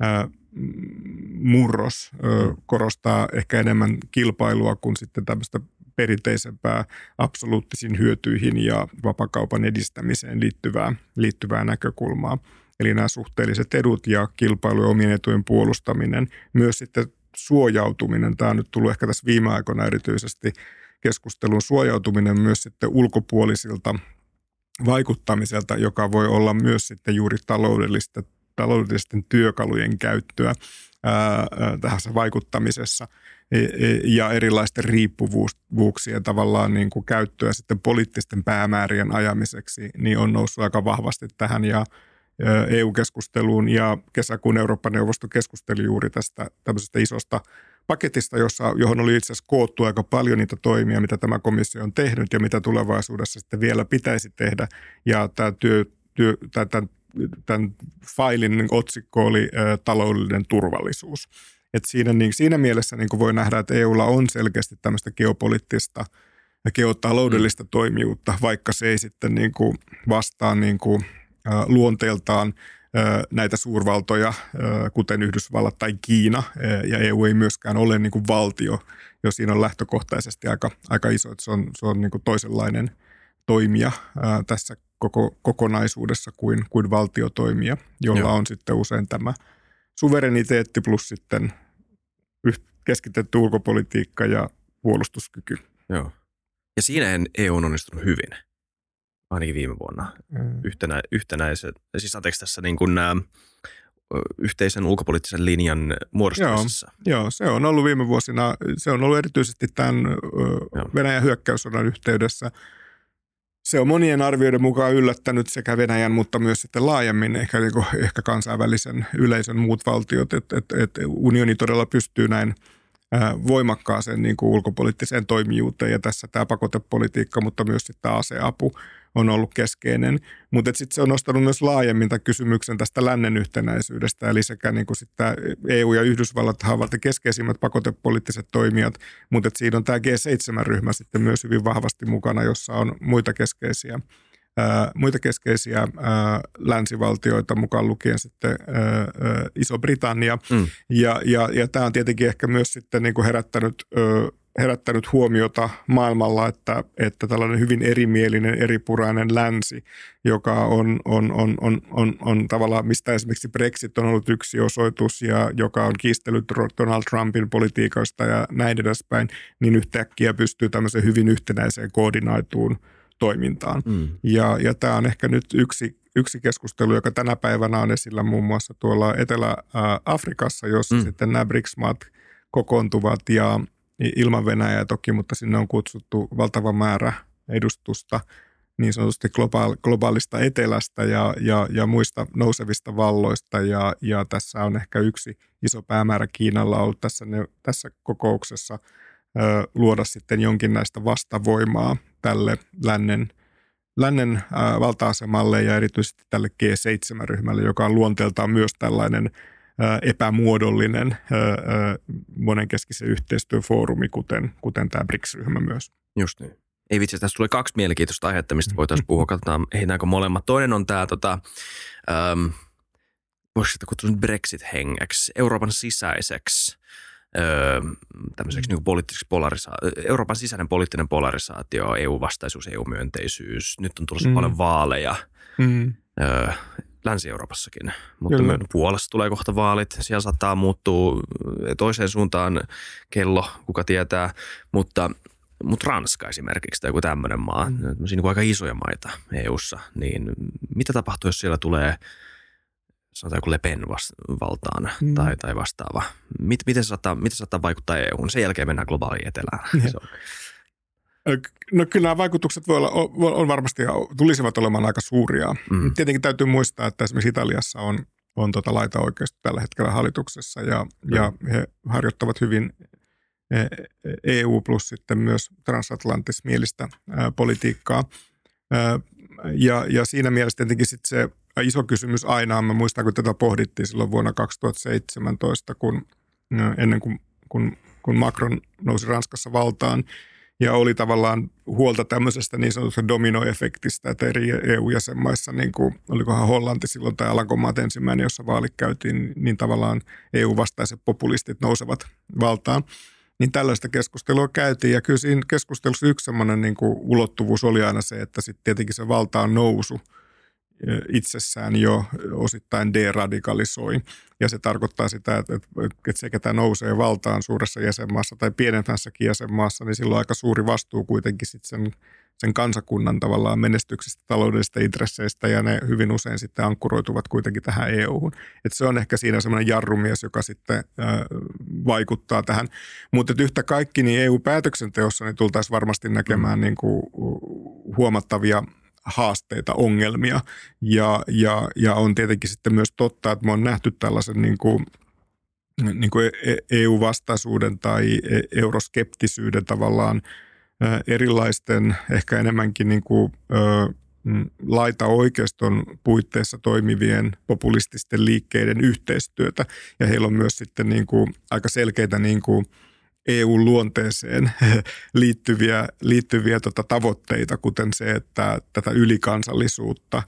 murros korostaa ehkä enemmän kilpailua kuin sitten tämmöistä perinteisempää absoluuttisiin hyötyihin ja vapakaupan edistämiseen liittyvää näkökulmaa. Eli nämä suhteelliset edut ja kilpailu ja omien etujen puolustaminen, myös sitten suojautuminen, tämä on nyt tullut ehkä tässä viime aikoina erityisesti keskustelun suojautuminen myös sitten ulkopuolisilta vaikuttamiselta, joka voi olla myös sitten juuri taloudellisten työkalujen käyttöä tässä vaikuttamisessa ja erilaisten riippuvuuksien tavallaan niin kuin käyttöä sitten poliittisten päämäärien ajamiseksi, niin on noussut aika vahvasti tähän ja EU-keskusteluun ja kesäkuun Eurooppa-neuvosto keskusteli juuri tästä tämmöisestä isosta paketista, johon oli itse asiassa koottu aika paljon niitä toimia, mitä tämä komissio on tehnyt ja mitä tulevaisuudessa sitten vielä pitäisi tehdä. Ja tämän failin otsikko oli taloudellinen turvallisuus. Et siinä mielessä niin kuin voi nähdä, että EUlla on selkeästi tämmöistä geopoliittista ja geotaloudellista toimijuutta, vaikka se ei sitten niin kuin vastaa niin kuin luonteeltaan näitä suurvaltoja, kuten Yhdysvallat tai Kiina, ja EU ei myöskään ole niin kuin valtio, jos siinä on lähtökohtaisesti aika iso, että se on niin kuin toisenlainen toimija tässä koko kokonaisuudessa kuin valtiotoimija, jolla on sitten usein tämä suvereniteetti plus sitten keskitetty ulkopolitiikka ja puolustuskyky. Joo. Ja siinähän EU on onnistunut hyvin. Ainakin viime vuonna tässä niin kuin yhteisen ulkopoliittisen linjan muodostamisessa. Joo, se on ollut viime vuosina, se on ollut erityisesti tämän Venäjän hyökkäyssodan yhteydessä. Se on monien arvioiden mukaan yllättänyt sekä Venäjän, mutta myös sitten laajemmin ehkä kansainvälisen yleisön muut valtiot, että unioni todella pystyy näin voimakkaaseen niin kuin ulkopoliittiseen toimijuuteen ja tässä tämä pakotepolitiikka, mutta myös sitten aseapu on ollut keskeinen. Mutta sitten se on nostanut myös laajemmin tämän kysymyksen tästä lännen yhtenäisyydestä, eli sekä niin kuin sitten EU ja Yhdysvallat ovat keskeisimmät pakotepoliittiset toimijat, mutta siinä on tämä G7-ryhmä sitten myös hyvin vahvasti mukana, jossa on muita keskeisiä länsivaltioita, mukaan lukien sitten Iso-Britannia. Ja tämä on tietenkin ehkä myös sitten niin kuin herättänyt huomiota maailmalla, että tällainen hyvin erimielinen, eripurainen länsi, joka on tavallaan, mistä esimerkiksi Brexit on ollut yksi osoitus ja joka on kiistellyt Donald Trumpin politiikoista ja näin edespäin, niin yhtäkkiä pystyy tämmöiseen hyvin yhtenäiseen koordinaituun toimintaan. Ja tämä on ehkä nyt yksi keskustelu, joka tänä päivänä on esillä muun muassa tuolla Etelä-Afrikassa, jossa sitten nämä BRICS-maat kokoontuvat ja ilman Venäjää toki, mutta sinne on kutsuttu valtava määrä edustusta niin sanotusti globaalista etelästä ja muista nousevista valloista. Ja tässä on ehkä yksi iso päämäärä Kiinalla ollut tässä kokouksessa luoda sitten jonkinlaista vastavoimaa tälle lännen valta-asemalle ja erityisesti tälle G7-ryhmälle, joka on luonteeltaan myös tällainen epämuodollinen monenkeskisen yhteistyöfoorumi, kuten tämä BRICS-ryhmä myös. Just niin. Ei vitsi, tässä tulee kaksi mielenkiintoista aihetta, mistä voitaisiin puhua. Katsotaan, ehditäänkö molemmat. Toinen on tämä, voisiko sitä kutsua Brexit-hengeksi, Euroopan sisäiseksi, tämmöiseksi niin poliittiseksi Euroopan sisäinen poliittinen polarisaatio, EU-vastaisuus, EU-myönteisyys. Nyt on tulossa paljon vaaleja. Länsi-Euroopassakin, mutta myös Puolassa tulee kohta vaalit. Siellä saattaa muuttua toiseen suuntaan kello, kuka tietää, mutta Mutta Ranska esimerkiksi tai joku tämmöinen maa, niin aika isoja maita EU:ssa, niin mitä tapahtuu, jos siellä tulee sanotaan joku Le Pen valtaan tai vastaava? Miten se saattaa vaikuttaa EU:hun? Sen jälkeen mennään globaaliin etelään. No kyllä nämä vaikutukset on varmasti, tulisivat olemaan aika suuria. Tietenkin täytyy muistaa, että esimerkiksi Italiassa on laitaoikeisto tällä hetkellä hallituksessa ja he harjoittavat hyvin EU plus sitten myös transatlanttismielistä politiikkaa. Ja siinä mielessä tietenkin sitten se iso kysymys aina on, mä muistan kun tätä pohdittiin silloin vuonna 2017, ennen kuin Macron nousi Ranskassa valtaan, ja oli tavallaan huolta tämmöisestä niin sanotusta dominoefektistä, että eri EU-jäsenmaissa, niin kuin olikohan Hollanti silloin tai Alankomaat ensimmäinen, jossa vaalit käytiin, niin tavallaan EU-vastaiset populistit nousevat valtaan. Niin tällaista keskustelua käytiin ja kyllä siinä keskustelussa yksi semmoinen niin kuin ulottuvuus oli aina se, että sitten tietenkin se valtaan nousu itsessään jo osittain deradikalisoi. Ja se tarkoittaa sitä, että se, ketä nousee valtaan suuressa jäsenmaassa tai pienemmässäkin jäsenmaassa, niin silloin on aika suuri vastuu kuitenkin sitten sen kansakunnan tavallaan menestyksistä, taloudellisista intresseistä, ja ne hyvin usein sitten ankkuroituvat kuitenkin tähän EU-hun. Että se on ehkä siinä semmoinen jarrumies, joka sitten vaikuttaa tähän. Mutta yhtä kaikki, niin EU-päätöksenteossa niin tultaisiin varmasti näkemään niin kuin huomattavia haasteita, ongelmia, ja on tietenkin sitten myös totta, että me on nähty tällaisen niin kuin EU-vastaisuuden tai euroskeptisyyden tavallaan erilaisten, ehkä enemmänkin niin kuin laitaoikeiston puitteissa toimivien populististen liikkeiden yhteistyötä, ja heillä on myös sitten niin kuin aika selkeitä niin kuin EU-luonteeseen liittyviä tavoitteita, kuten se, että tätä ylikansallisuutta,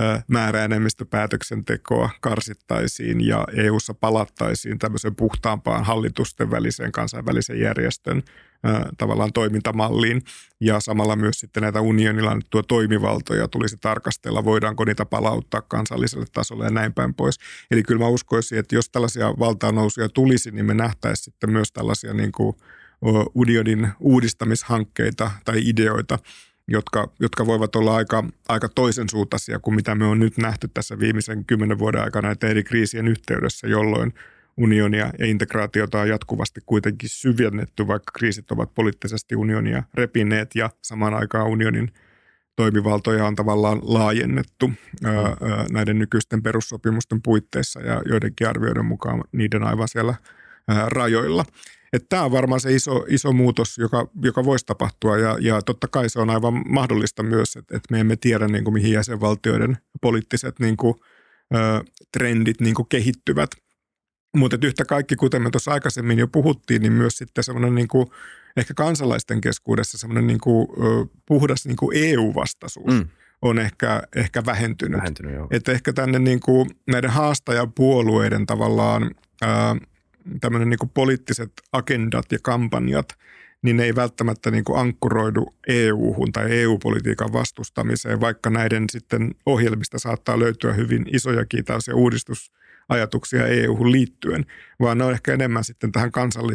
määräenemmistöpäätöksentekoa karsittaisiin ja EU:ssa palattaisiin tämmöiseen puhtaampaan hallitusten väliseen kansainvälisen järjestön tavallaan toimintamalliin, ja samalla myös sitten näitä unionilla annettua toimivaltoja tulisi tarkastella, voidaanko niitä palauttaa kansalliselle tasolle ja näin päin pois. Eli kyllä mä uskoisin, että jos tällaisia valtaannousuja tulisi, niin me nähtäisiin sitten myös tällaisia niin kuin unionin uudistamishankkeita tai ideoita, jotka voivat olla aika toisen suuntaisia kuin mitä me on nyt nähty tässä viimeisen 10 vuoden aikana näiden eri kriisien yhteydessä, jolloin unionia ja integraatiota on jatkuvasti kuitenkin syvennetty, vaikka kriisit ovat poliittisesti unionia repineet, ja samaan aikaan unionin toimivaltoja on tavallaan laajennettu näiden nykyisten perussopimusten puitteissa ja joidenkin arvioiden mukaan niiden aivan siellä rajoilla. Tämä on varmaan se iso muutos, joka voisi tapahtua, ja totta kai se on aivan mahdollista myös, että me emme tiedä niin kuin mihin jäsenvaltioiden poliittiset niin kuin trendit niin kuin kehittyvät. Mutta yhtä kaikki, kuten me tuossa aikaisemmin jo puhuttiin, niin myös sitten semmoinen niin kuin ehkä kansalaisten keskuudessa semmoinen niin kuin puhdas niin kuin EU-vastaisuus on ehkä vähentynyt. Että ehkä tänne niin kuin näiden haastajapuolueiden tavallaan tämmöinen niin kuin poliittiset agendat ja kampanjat, niin ne ei välttämättä niin kuin ankkuroidu EU-hun tai EU-politiikan vastustamiseen, vaikka näiden sitten ohjelmista saattaa löytyä hyvin isojakin tällaisia uudistusajatuksia EU-hun liittyen, vaan ne on ehkä enemmän sitten tähän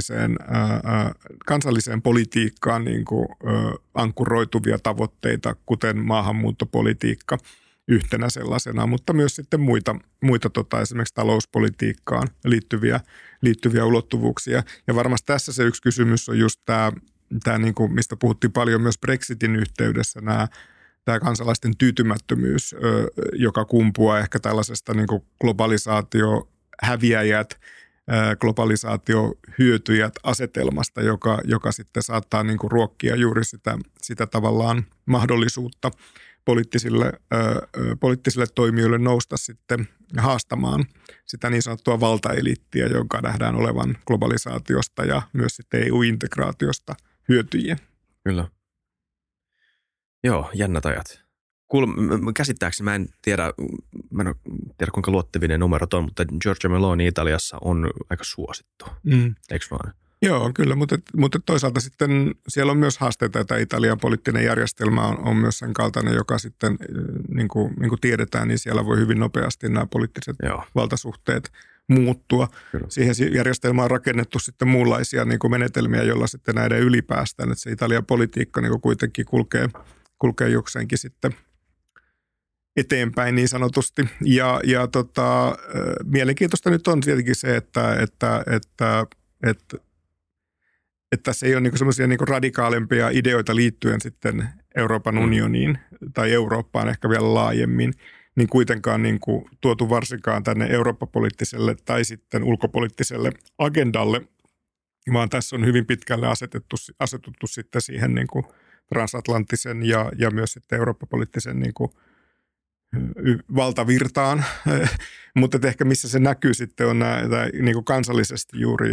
kansalliseen politiikkaan niin kuin ankkuroituvia tavoitteita, kuten maahanmuuttopolitiikka yhtenä sellaisena, mutta myös sitten muita esimerkiksi talouspolitiikkaan liittyviä ulottuvuuksia. Ja varmasti tässä se yksi kysymys on just tämä niin kuin, mistä puhuttiin paljon myös Brexitin yhteydessä, tämä kansalaisten tyytymättömyys, joka kumpuaa ehkä tällaisesta niin kuin globalisaatiohäviäjät, globalisaatiohyötyjät asetelmasta, joka sitten saattaa niin kuin ruokkia juuri sitä tavallaan mahdollisuutta poliittisille toimijoille nousta sitten haastamaan sitä niin sanottua valtaeliittiä, jonka nähdään olevan globalisaatiosta ja myös sitten EU-integraatiosta hyötyjiä. Kyllä. Joo, jännät ajat. Käsittääkseni mä en tiedä kuinka luottavinen numerot on, mutta Giorgia Meloni Italiassa on aika suosittu. Eikö vaan? Joo, kyllä, mutta toisaalta sitten siellä on myös haasteita, että Italian poliittinen järjestelmä on myös sen kaltainen, joka sitten, niin kuin tiedetään, niin siellä voi hyvin nopeasti nämä poliittiset valtasuhteet muuttua. Kyllä. Siihen järjestelmään on rakennettu sitten muunlaisia niin kuin menetelmiä, joilla sitten näiden ylipäästään, että se Italian politiikka niin kuin kuitenkin kulkee jokseenkin sitten eteenpäin niin sanotusti. Mielenkiintoista nyt on tietenkin se, että se ei ole niinku semmoisia niinku radikaalimpia ideoita liittyen sitten Euroopan unioniin tai Eurooppaan ehkä vielä laajemmin, niin kuitenkaan niinku tuotu varsinkaan tänne eurooppapoliittiselle tai sitten ulkopoliittiselle agendalle, vaan tässä on hyvin pitkälle asetuttu sitten siihen niinku transatlanttisen ja myös sitten eurooppapoliittisen niinku valtavirtaan, mutta ehkä missä se näkyy sitten on nämä niinku kansallisesti juuri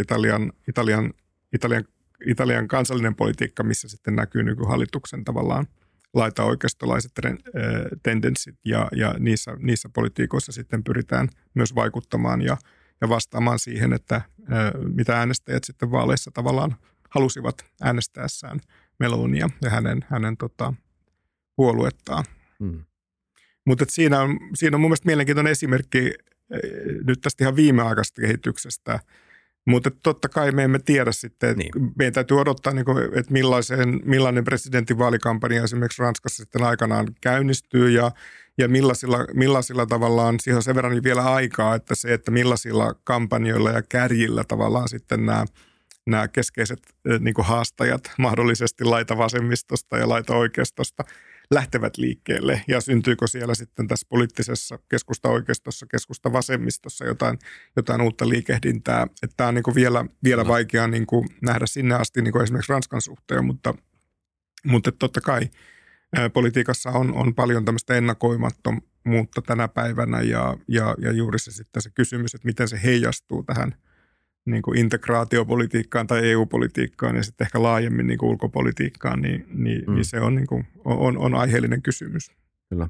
Italian kansallinen politiikka, missä sitten näkyy nykyhallituksen tavallaan laitaoikeistolaiset tendenssit ja niissä politiikoissa sitten pyritään myös vaikuttamaan ja vastaamaan siihen, että mitä äänestäjät sitten vaaleissa tavallaan halusivat äänestäessään Melonia ja hänen puoluettaan. Mutta siinä on mun mielestä mielenkiintoinen esimerkki nyt tästä ihan viimeaikaisesta kehityksestä. Mutta totta kai me emme tiedä sitten, että meidän täytyy odottaa, että millainen presidentinvaalikampanja esimerkiksi Ranskassa sitten aikanaan käynnistyy ja millaisilla tavallaan, siihen on sen verran vielä aikaa, että millaisilla kampanjoilla ja kärjillä tavallaan sitten nämä keskeiset niin kuin haastajat mahdollisesti laitavasemmistosta ja laitaoikeistosta lähtevät liikkeelle ja syntyykö siellä sitten tässä poliittisessa keskusta-oikeistossa, keskusta-vasemmistossa jotain uutta liikehdintää. Että tämä on niin kuin vielä vaikea niin kuin nähdä sinne asti niin kuin esimerkiksi Ranskan suhteen, mutta totta kai politiikassa on paljon tämmöistä ennakoimattomuutta tänä päivänä ja juuri se sitten se kysymys, että miten se heijastuu tähän niin kuin integraatiopolitiikkaan tai EU-politiikkaan ja sitten ehkä laajemmin niin kuin ulkopolitiikkaan, niin se on, niin kuin, on aiheellinen kysymys. Kyllä.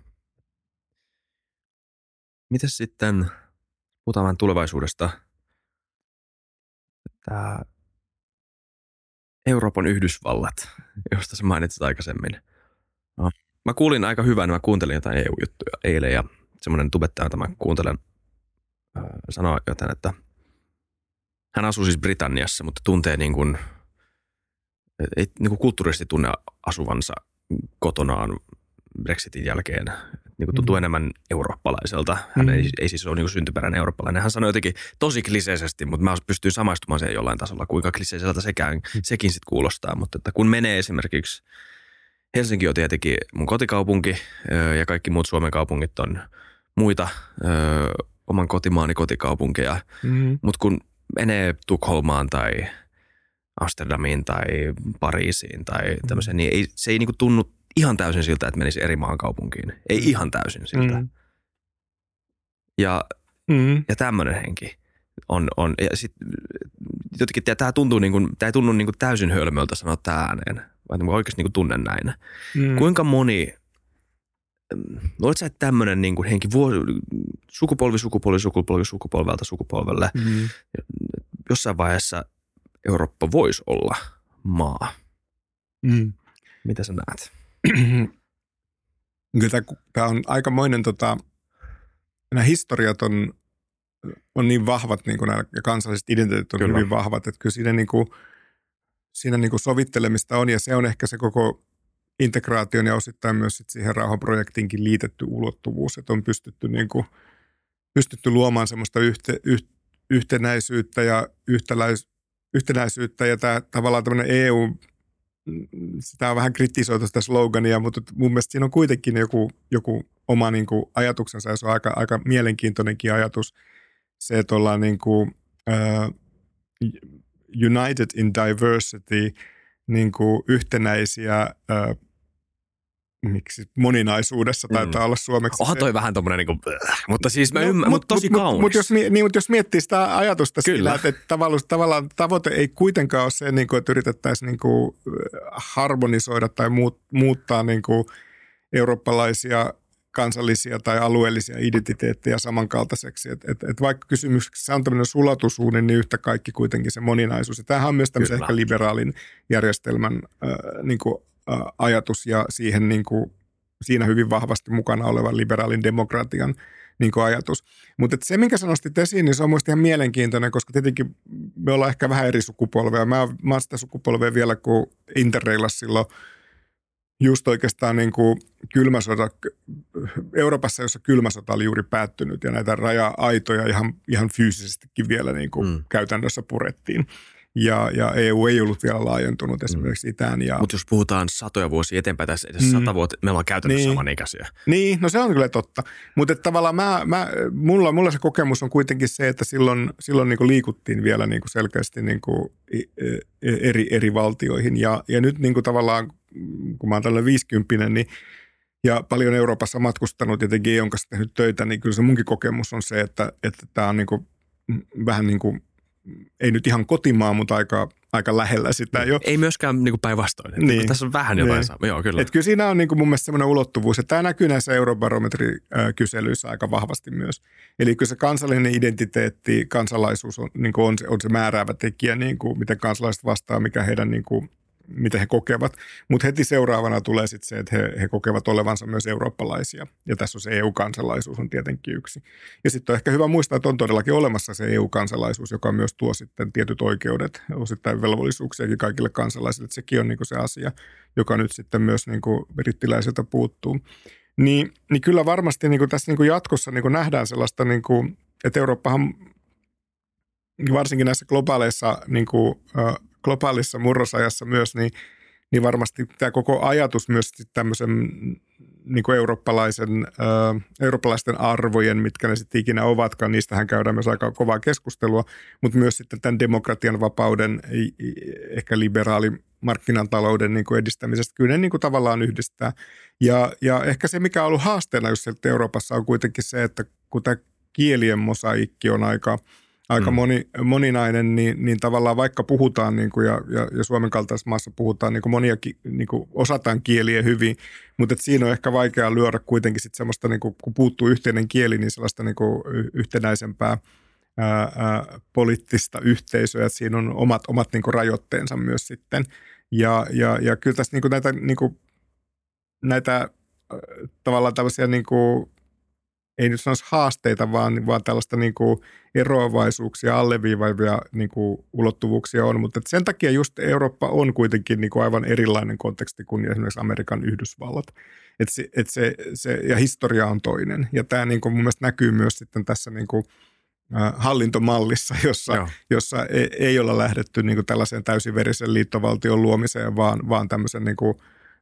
Mites sitten, puhutaan vähän tulevaisuudesta, tämä Euroopan Yhdysvallat, josta sä mainitsit aikaisemmin. No, mä kuulin aika hyvän, mä kuuntelin jotain EU-juttuja eilen ja semmoinen tubettaja, jota mä kuuntelen, sanoi jotain, että hän asuu siis Britanniassa, mutta tuntee ei niin kuin kulttuurisesti tunne asuvansa kotonaan Brexitin jälkeen. Niin kuin tuntuu enemmän eurooppalaiselta. Hän ei siis ole niin kuin syntyperäinen eurooppalainen. Hän sanoi jotenkin tosi kliseisesti, mutta mä pystyin samaistumaan siihen jollain tasolla, kuinka kliseiseltä sekin sitten kuulostaa. Mutta että kun menee esimerkiksi, Helsinki on tietenkin mun kotikaupunki ja kaikki muut Suomen kaupungit on muita oman kotimaani kotikaupunkeja. Mutta kun menee Tukholmaan tai Amsterdamiin tai Pariisiin tai tämmöiseen, niin se ei niinku tunnu ihan täysin siltä, että menisi eri maan kaupunkiin. Ei ihan täysin siltä. Ja tämmöinen henki on. Ja sit, jotenkin tämä ei tunnu niinku täysin hölmöltä sanoa tämä ääneen, vaan oikeasti niinku tunnen näin. Kuinka moni, oletko sä, että tämmöinen niinku henki sukupolvelta sukupolvelle, jossain vaiheessa Eurooppa voisi olla maa. Mitä sä näet? Kyllä tämä on aikamoinen, nämä historiat on niin vahvat, niin kuin nämä kansalliset identiteetit on hyvin vahvat, että kyllä siinä sovittelemista on, ja se on ehkä se koko integraation ja osittain myös sit siihen rauhanprojektiinkin liitetty ulottuvuus, että on pystytty luomaan semmoista yhtenäisyyttä ja yhtenäisyyttä ja tämä tavallaan tämmöinen EU, sitä on vähän kritisoitu sitä slogania, mutta mun mielestä siinä on kuitenkin joku oma niin kuin ajatuksensa ja se on aika mielenkiintoinenkin ajatus. Se, että ollaan niin kuin, united in diversity, niin kuin yhtenäisiä miksi moninaisuudessa taitaa olla suomeksi. Onhan toi vähän tommoinen, niin kuin, mutta siis mä ymmärrän, mutta tosi kaunis. Mutta jos miettii sitä ajatusta sillä, että tavallaan tavoite ei kuitenkaan ole se, niin kuin, että yritettäisiin niin kuin harmonisoida tai muuttaa niin kuin eurooppalaisia kansallisia tai alueellisia identiteettejä samankaltaiseksi. Et vaikka kysymyksessä on tämmöinen sulatusuuni, niin yhtä kaikki kuitenkin se moninaisuus. Ja tämähän on myös tämmöisen ehkä liberaalin järjestelmän niin kuin ajatus ja siihen niin kuin, siinä hyvin vahvasti mukana olevan liberaalin demokratian niin kuin ajatus. Mutta se, minkä sä nostit esiin, niin se on musta ihan mielenkiintoinen, koska tietenkin me ollaan ehkä vähän eri sukupolvea. Mä oon sitä sukupolvea vielä, kun Interrailassa silloin just oikeastaan niin kuin Euroopassa, jossa kylmä sota oli juuri päättynyt ja näitä raja-aitoja ihan fyysisestikin vielä niin kuin käytännössä purettiin. Ja EU ei ollut vielä laajentunut esimerkiksi itään. Mutta jos puhutaan satoja vuosia eteenpäin, tässä edes 100 vuotta, me ollaan käytännössä samanikäisiä. Niin, no se on kyllä totta. Mutta tavallaan mulla se kokemus on kuitenkin se, että silloin niin kuin liikuttiin vielä niin kuin selkeästi niin kuin eri valtioihin. Ja nyt niin kuin tavallaan, kun mä oon tällainen 50, niin ja paljon Euroopassa matkustanut ja tietenkin EUn kanssa tehnyt töitä, niin kyllä se munkin kokemus on se, että tämä on niin kuin vähän niin kuin ei nyt ihan kotimaa, mutta aika lähellä sitä jo. Ei myöskään niin päinvastoin. Niin. Tässä on vähän jotain samaa. Joo, kyllä. Et kyllä siinä on niin kuin mun mielestä semmoinen ulottuvuus, että tämä näkyy näissä eurobarometrikyselyissä aika vahvasti myös. Eli kyllä se kansallinen identiteetti, kansalaisuus on, niin kuin on se määräävä tekijä, niin kuin miten kansalaiset vastaa, mikä heidän niin kuin mitä he kokevat. Mutta heti seuraavana tulee sitten se, että he kokevat olevansa myös eurooppalaisia. Ja tässä on se EU-kansalaisuus on tietenkin yksi. Ja sitten on ehkä hyvä muistaa, että on todellakin olemassa se EU-kansalaisuus, joka myös tuo sitten tietyt oikeudet, osittain velvollisuuksiakin kaikille kansalaisille. Että sekin on niinku se asia, joka nyt sitten myös niinku brittiläisiltä puuttuu. Niin kyllä varmasti niinku tässä niinku jatkossa niinku nähdään sellaista, niinku, että Eurooppahan varsinkin näissä globaalissa murrosajassa myös, niin varmasti tämä koko ajatus myös tämmöisen niin kuin eurooppalaisten arvojen, mitkä ne sitten ikinä ovatkaan, niistähän käydään myös aika kovaa keskustelua, mutta myös sitten tämän demokratian, vapauden, ehkä liberaali markkinatalouden niin kuin edistämisestä, kyllä ne niin kuin tavallaan yhdistää. Ja ehkä se, mikä on ollut haasteena just sieltä Euroopassa, on kuitenkin se, että kun tämä kielien mosaikki on aika moninainen, niin tavallaan vaikka puhutaan niin kuin ja Suomen kaltaisessa maassa puhutaan niin kuin moniakin, niin kuin osataan kieliä hyvin, mutta siinä on ehkä vaikea lyödä kuitenkin sitten semmoista, niin kuin, kun puuttuu yhteinen kieli, niin sellaista niin kuin yhtenäisempää poliittista yhteisöä, että siinä on omat niin kuin rajoitteensa myös sitten. Ja kyllä tässä niin kuin näitä tavallaan tällaisia niin kuin ei nyt sanoisi haasteita, vaan tällaista niin kuin eroavaisuuksia, alleviivaivia niin kuin ulottuvuuksia on. Mutta sen takia just Eurooppa on kuitenkin niin kuin aivan erilainen konteksti kuin esimerkiksi Amerikan Yhdysvallat. Ja historia on toinen. Ja tämä niin kuin mun mielestä näkyy myös sitten tässä niin kuin hallintomallissa, jossa ei olla lähdetty niin kuin tällaiseen täysiverisen liittovaltion luomiseen, vaan tämmöisen niin kuin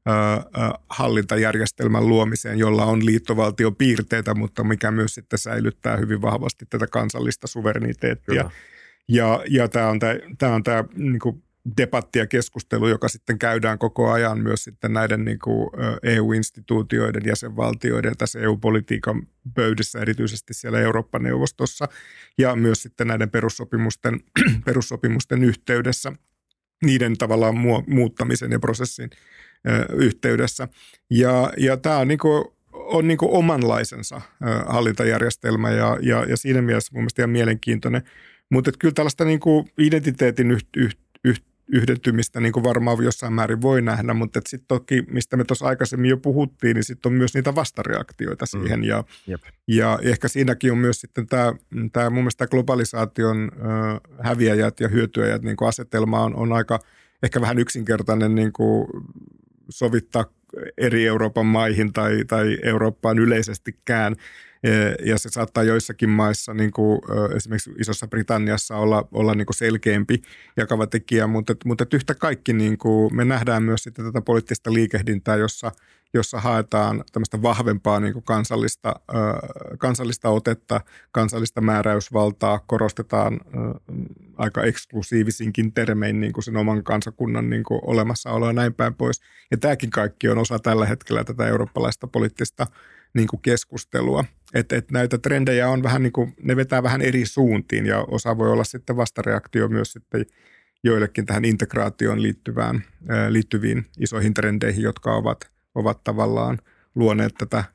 hallintajärjestelmän luomiseen, jolla on liittovaltiopiirteitä, mutta mikä myös sitten säilyttää hyvin vahvasti tätä kansallista suvereniteettia. Ja tämä on tämä niin kuin debatti ja keskustelu, joka sitten käydään koko ajan myös sitten näiden niin kuin EU-instituutioiden, jäsenvaltioiden, tässä EU-politiikan pöydissä, erityisesti siellä Eurooppa-neuvostossa ja myös sitten näiden perussopimusten yhteydessä, niiden tavallaan muuttamisen ja prosessin yhteydessä. Ja tämä on niinku omanlaisensa hallintajärjestelmä ja siinä mielessä mun mielestä ihan mielenkiintoinen. Mutta kyllä tällaista niinku identiteetin yhdentymistä niinku varmaan jossain määrin voi nähdä, mutta sitten toki, mistä me tuossa aikaisemmin jo puhuttiin, niin sitten on myös niitä vastareaktioita siihen. Ja ehkä siinäkin on myös sitten tämä mun mielestä globalisaation häviäjät ja hyötyjät niinku asetelma on aika ehkä vähän yksinkertainen niin kuin sovittaa eri Euroopan maihin tai Eurooppaan yleisestikään. Ja se saattaa joissakin maissa, niin kuin esimerkiksi Isossa Britanniassa, olla niin kuin selkeämpi jakava tekijä, mutta yhtä kaikki niin kuin me nähdään myös sitten tätä poliittista liikehdintää, jossa haetaan tämmöistä vahvempaa niin kuin kansallista otetta, kansallista määräysvaltaa, korostetaan aika eksklusiivisinkin termein niin kuin sen oman kansakunnan niin kuin olemassaoloa ja näin päin pois. Ja tämäkin kaikki on osa tällä hetkellä tätä eurooppalaista poliittista niin kuin keskustelua. Että näitä trendejä on vähän niin kuin, ne vetää vähän eri suuntiin ja osa voi olla sitten vastareaktio myös sitten joillekin tähän integraatioon liittyviin isoihin trendeihin, jotka ovat tavallaan luoneet tätä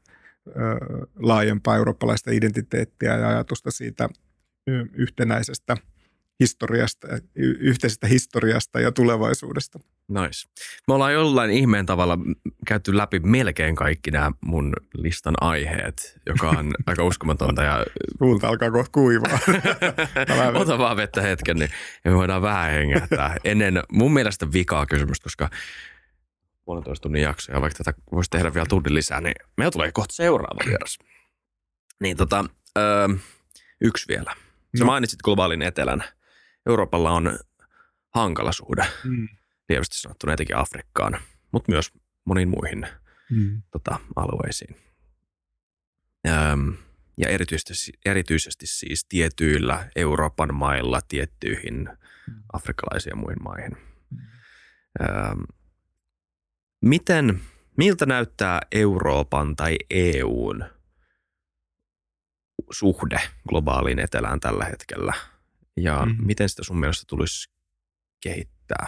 laajempaa eurooppalaista identiteettiä ja ajatusta siitä yhtenäisestä yhteisestä historiasta ja tulevaisuudesta. Nice. Me ollaan jollain ihmeen tavalla käyty läpi melkein kaikki nämä mun listan aiheet, joka on aika uskomatonta. Ja Suunta alkaa kohta kuivaa. Ota vaan vettä hetken, niin me voidaan vähän hengähtää. Ennen mun mielestä vikaa kysymystä, koska 1,5 tunnin jakso, ja vaikka tätä voisi tehdä vielä tunnin lisää, niin meillä tulee kohta seuraava vieras. Niin yksi vielä. Sä mainitsit globaalin etelän. Euroopalla on hankala suhde, lievästi sanottuna etenkin Afrikkaan, mutta myös moniin muihin alueisiin. Ja erityisesti siis tietyillä Euroopan mailla tiettyihin afrikkalaisiin ja muihin maihin. Miltä näyttää Euroopan tai EUn suhde globaaliin etelään tällä hetkellä? Ja miten sitä sun mielestä tulisi kehittää?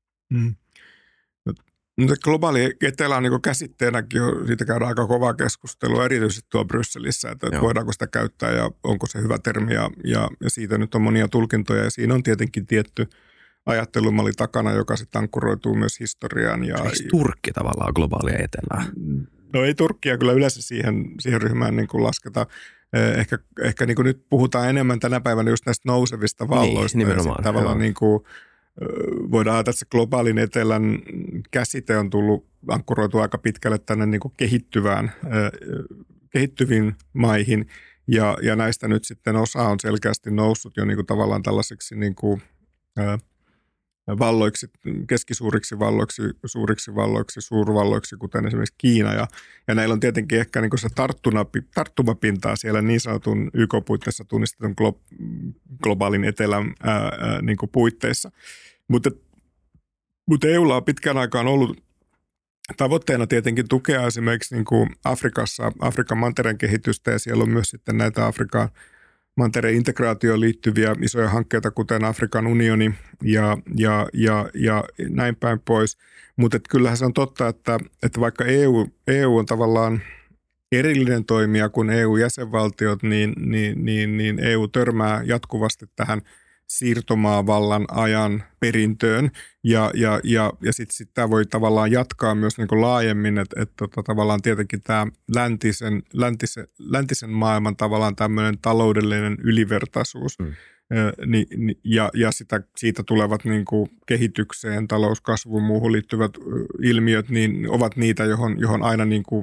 No, globaali etelä on niin käsitteenäkin, siitä käydään aika kovaa keskustelua, erityisesti tuolla Brysselissä, että voidaanko sitä käyttää ja onko se hyvä termi. Ja siitä nyt on monia tulkintoja ja siinä on tietenkin tietty ajattelumalli takana, joka sitten ankkuroituu myös historiaan. Eikö Turkki tavallaan globaalia etelää? No ei Turkkia kyllä yleensä siihen ryhmään niin kuin lasketa. Ehkä niin kuin nyt puhutaan enemmän tänä päivänä just näistä nousevista valloista. Niin, nimenomaan. Tavallaan niin kuin voidaan ajatella, että se globaalin etelän käsite on tullut ankkuroitua aika pitkälle tänne niin kuin kehittyviin maihin. Ja näistä nyt sitten osa on selkeästi noussut jo niin kuin tavallaan tällaisiksi niin kuin valloiksi, keskisuuriksi valloiksi, suuriksi valloiksi, suurvalloiksi, kuten esimerkiksi Kiina. Ja näillä on tietenkin ehkä niin kuin se tarttumapintaa siellä niin sanotun YK-puitteissa tunnistetun globaalin etelän niin kuin puitteissa. Mutta EUlla on pitkän aikaan ollut tavoitteena tietenkin tukea esimerkiksi niin kuin Afrikan mantereen kehitystä, ja siellä on myös sitten näitä Afrikan mantereen integraatioon liittyviä isoja hankkeita, kuten Afrikan unioni ja näin päin pois. Mutta kyllähän se on totta, että vaikka EU on tavallaan erillinen toimija kuin EU-jäsenvaltiot, niin EU törmää jatkuvasti tähän siirtomaavallan ajan perintöön ja sitten tämä voi tavallaan jatkaa myös niin kuin laajemmin, että tavallaan tietenkin tämä läntisen maailman tavallaan tämmöinen taloudellinen ylivertaisuus ja siitä tulevat niin kuin kehitykseen, talouskasvuun, muuhun liittyvät ilmiöt, niin ovat niitä, johon aina niin kuin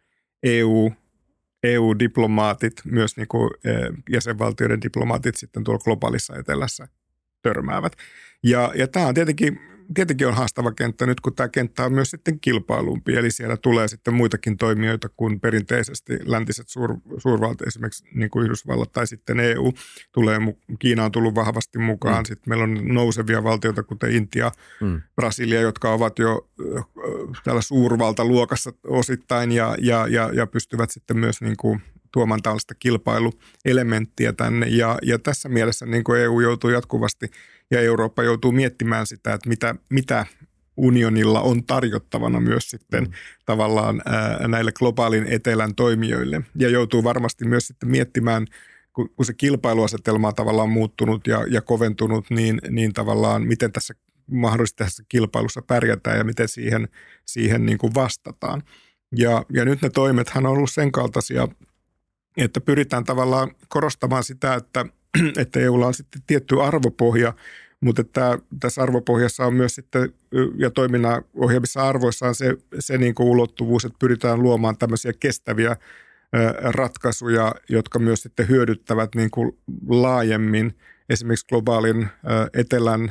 EU-diplomaatit, myös niin kuin jäsenvaltioiden diplomaatit sitten tuolla globaalissa etelässä törmäävät. Ja tämä on tietenkin on haastava kenttä nyt, kun tämä kenttä on myös sitten kilpailumpi, eli siellä tulee sitten muitakin toimijoita kuin perinteisesti läntiset suurvallat, esimerkiksi niin kuin Yhdysvallat tai sitten EU. Kiina on tullut vahvasti mukaan, sitten meillä on nousevia valtioita, kuten Intia, Brasilia, jotka ovat jo täällä suurvaltaluokassa osittain ja pystyvät sitten myös niin kuin tuomaan tällaista kilpailuelementtiä tänne. Ja tässä mielessä niin kuin EU joutuu jatkuvasti ja Eurooppa joutuu miettimään sitä, että mitä unionilla on tarjottavana myös sitten tavallaan näille globaalin etelän toimijoille. Ja joutuu varmasti myös sitten miettimään, kun se kilpailuasetelma on tavallaan muuttunut ja koventunut, niin tavallaan miten tässä mahdollisesti tässä kilpailussa pärjätään ja miten siihen niin kuin vastataan. Ja nyt ne toimethan on ollut sen kaltaisia, että pyritään tavallaan korostamaan sitä, että EUlla on sitten tietty arvopohja, mutta että tässä arvopohjassa on myös sitten, ja toiminnan ohjaamissa arvoissa on se niin kuin ulottuvuus, että pyritään luomaan tämmöisiä kestäviä ratkaisuja, jotka myös sitten hyödyttävät niin kuin laajemmin esimerkiksi globaalin etelän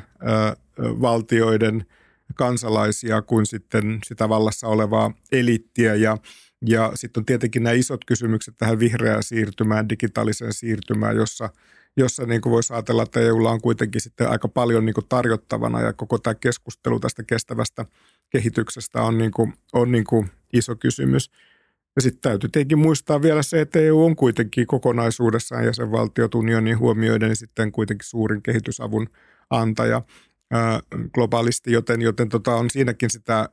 valtioiden kansalaisia kuin sitten sitä vallassa olevaa eliittiä. Ja sitten on tietenkin nämä isot kysymykset tähän vihreään siirtymään, digitaaliseen siirtymään, jossa niin kuin voisi ajatella, että EUlla on kuitenkin sitten aika paljon niin kuin tarjottavana ja koko tämä keskustelu tästä kestävästä kehityksestä on niin kuin iso kysymys. Ja sitten täytyy tietenkin muistaa vielä se, että EU on kuitenkin kokonaisuudessaan jäsenvaltiot unionin huomioiden niin sitten kuitenkin suurin kehitysavun antaja globaalisti, joten on siinäkin sitä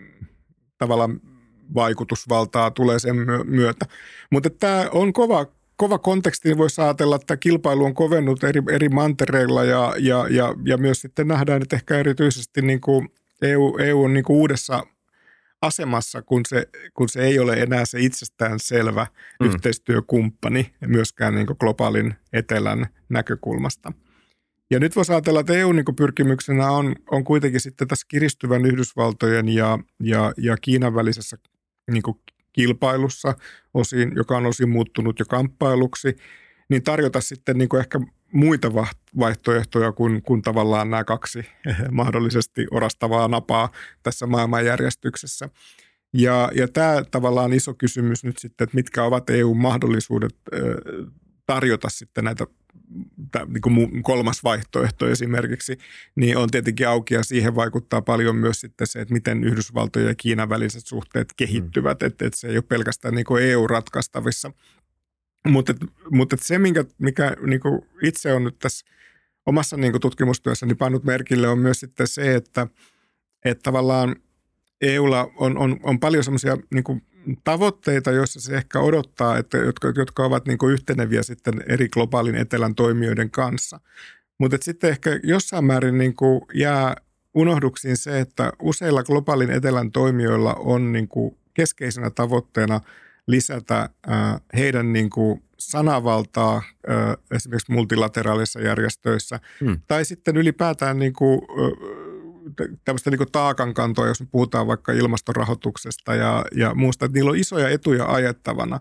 tavallaan vaikutusvaltaa tulee sen myötä. Mutta tämä on kova konteksti, niin voisi ajatella, että kilpailu on kovennut eri mantereilla ja myös sitten nähdään, että ehkä erityisesti niin kuin EU on niin kuin uudessa asemassa, kun se ei ole enää se itsestään selvä yhteistyökumppani myöskään niin kuin globaalin etelän näkökulmasta. Ja nyt voisi ajatella, että EUn niin pyrkimyksenä on kuitenkin sitten tässä kiristyvän Yhdysvaltojen ja Kiinan välisessä niin kilpailussa, joka on osin muuttunut jo kamppailuksi, niin tarjota sitten niin ehkä muita vaihtoehtoja kuin tavallaan nämä kaksi mahdollisesti orastavaa napaa tässä maailmanjärjestyksessä. Ja tämä tavallaan iso kysymys nyt sitten, että mitkä ovat EUn mahdollisuudet tarjota sitten näitä niin kuin kolmas vaihtoehto esimerkiksi, niin on tietenkin auki ja siihen vaikuttaa paljon myös sitten se, että miten Yhdysvaltojen ja Kiinan väliset suhteet kehittyvät, että se ei ole pelkästään niin kuin EU-ratkaistavissa. Mutta se, mikä niin kuin itse on nyt tässä omassa niin kuin tutkimustyössäni pannut merkille, on myös sitten se, että tavallaan EUlla on paljon semmoisia niin kuin tavoitteita, joissa se ehkä odottaa, että jotka ovat niin kuin yhteneviä sitten eri globaalin etelän toimijoiden kanssa. Mutta sitten ehkä jossain määrin niin kuin jää unohduksiin se, että useilla globaalin etelän toimijoilla on niin kuin keskeisenä tavoitteena lisätä heidän niin kuin sanavaltaa esimerkiksi multilateraalisissa järjestöissä tai sitten ylipäätään niin kuin tämmöistä niin kuin taakankantoa, jos me puhutaan vaikka ilmastorahoituksesta ja muusta, että niillä on isoja etuja ajettavana.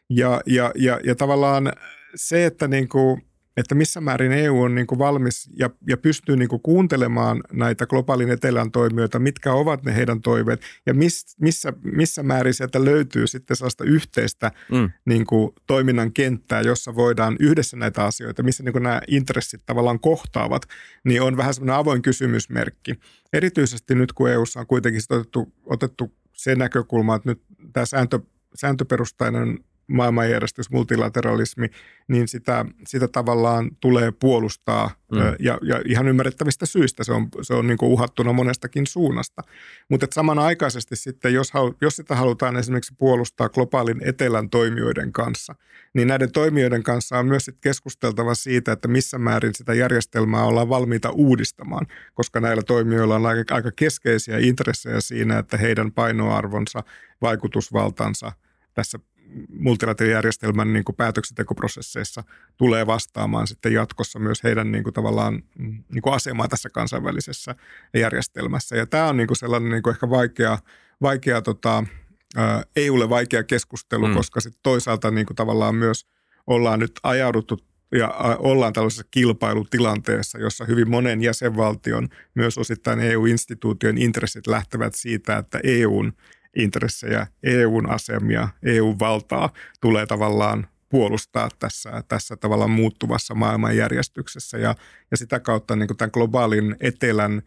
Ja tavallaan se, että, niin kuin, että missä määrin EU on niin kuin valmis ja pystyy niin kuin kuuntelemaan näitä globaalin etelän toimijoita, mitkä ovat ne heidän toiveet ja missä määrin sieltä löytyy sitten sellaista yhteistä niin kuin toiminnan kenttää, jossa voidaan yhdessä näitä asioita, missä niin kuin nämä intressit tavallaan kohtaavat, niin on vähän semmoinen avoin kysymysmerkki. Erityisesti nyt, kun EUssa on kuitenkin otettu se näkökulma, että nyt tämä sääntöperustainen maailmanjärjestys, multilateralismi, niin sitä tavallaan tulee puolustaa ja ihan ymmärrettävistä syistä se on niin kuin uhattuna monestakin suunnasta. Mutta samanaikaisesti sitten, jos sitä halutaan esimerkiksi puolustaa globaalin etelän toimijoiden kanssa, niin näiden toimijoiden kanssa on myös sit keskusteltava siitä, että missä määrin sitä järjestelmää ollaan valmiita uudistamaan, koska näillä toimijoilla on aika keskeisiä intressejä siinä, että heidän painoarvonsa, vaikutusvaltansa tässä multilateraalijärjestelmän niin kuin päätöksentekoprosesseissa tulee vastaamaan sitten jatkossa myös heidän niin kuin tavallaan niin kuin asemaa tässä kansainvälisessä järjestelmässä. Ja tämä on niin kuin sellainen niin kuin ehkä vaikea EUlle vaikea keskustelu, koska sitten toisaalta niin kuin tavallaan myös ollaan nyt ajauduttu ja ollaan tällaisessa kilpailutilanteessa, jossa hyvin monen jäsenvaltion, myös osittain EU-instituution intressit lähtevät siitä, että EUn intressejä, EUn asemia, EU-valtaa tulee tavallaan puolustaa tässä tavallaan muuttuvassa maailmanjärjestyksessä ja sitä kautta niin kuin tämän globaalin etelän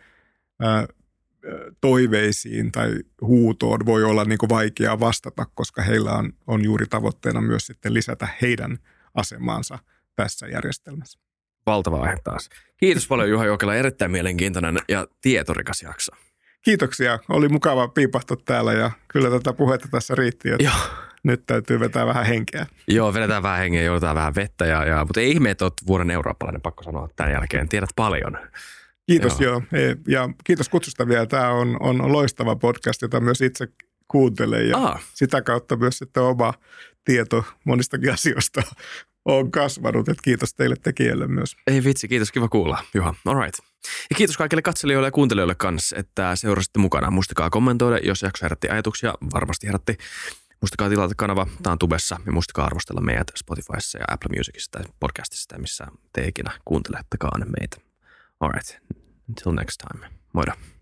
toiveisiin tai huutoon voi olla niin kuin vaikea vastata, koska heillä on juuri tavoitteena myös sitten lisätä heidän asemaansa tässä järjestelmässä. Valtava aihe taas. Kiitos paljon Juha Jokela, erittäin mielenkiintoinen ja tietorikas jakso. Kiitoksia. Oli mukava piipahtua täällä ja kyllä tätä puhetta tässä riitti, että nyt täytyy vetää vähän henkeä. Joo, vedetään vähän henkeä, joudutaan vähän vettä, mutta ei ihme, että olet vuoden eurooppalainen, pakko sanoa tämän jälkeen. Tiedät paljon. Kiitos joo. Ja kiitos kutsusta vielä. Tämä on loistava podcast, jota myös itse kuuntelen ja sitä kautta myös sitten oma tieto monistakin asioista on kasvanut. Että kiitos teille tekijälle myös. Ei vitsi, kiitos. Kiva kuulla, Juha. All right. Ja kiitos kaikille katselijoille ja kuuntelijoille kanssa, että seurasitte mukana. Muistakaa kommentoida, jos jakso herätti ajatuksia. Varmasti herätti. Muistakaa tilata kanava. Tämä on tubessa. Ja muistakaa arvostella meidät Spotifyssa ja Apple Musicissa tai podcastissa tai missä te ikinä kuuntelettekaan meitä. All right. Until next time. Moida.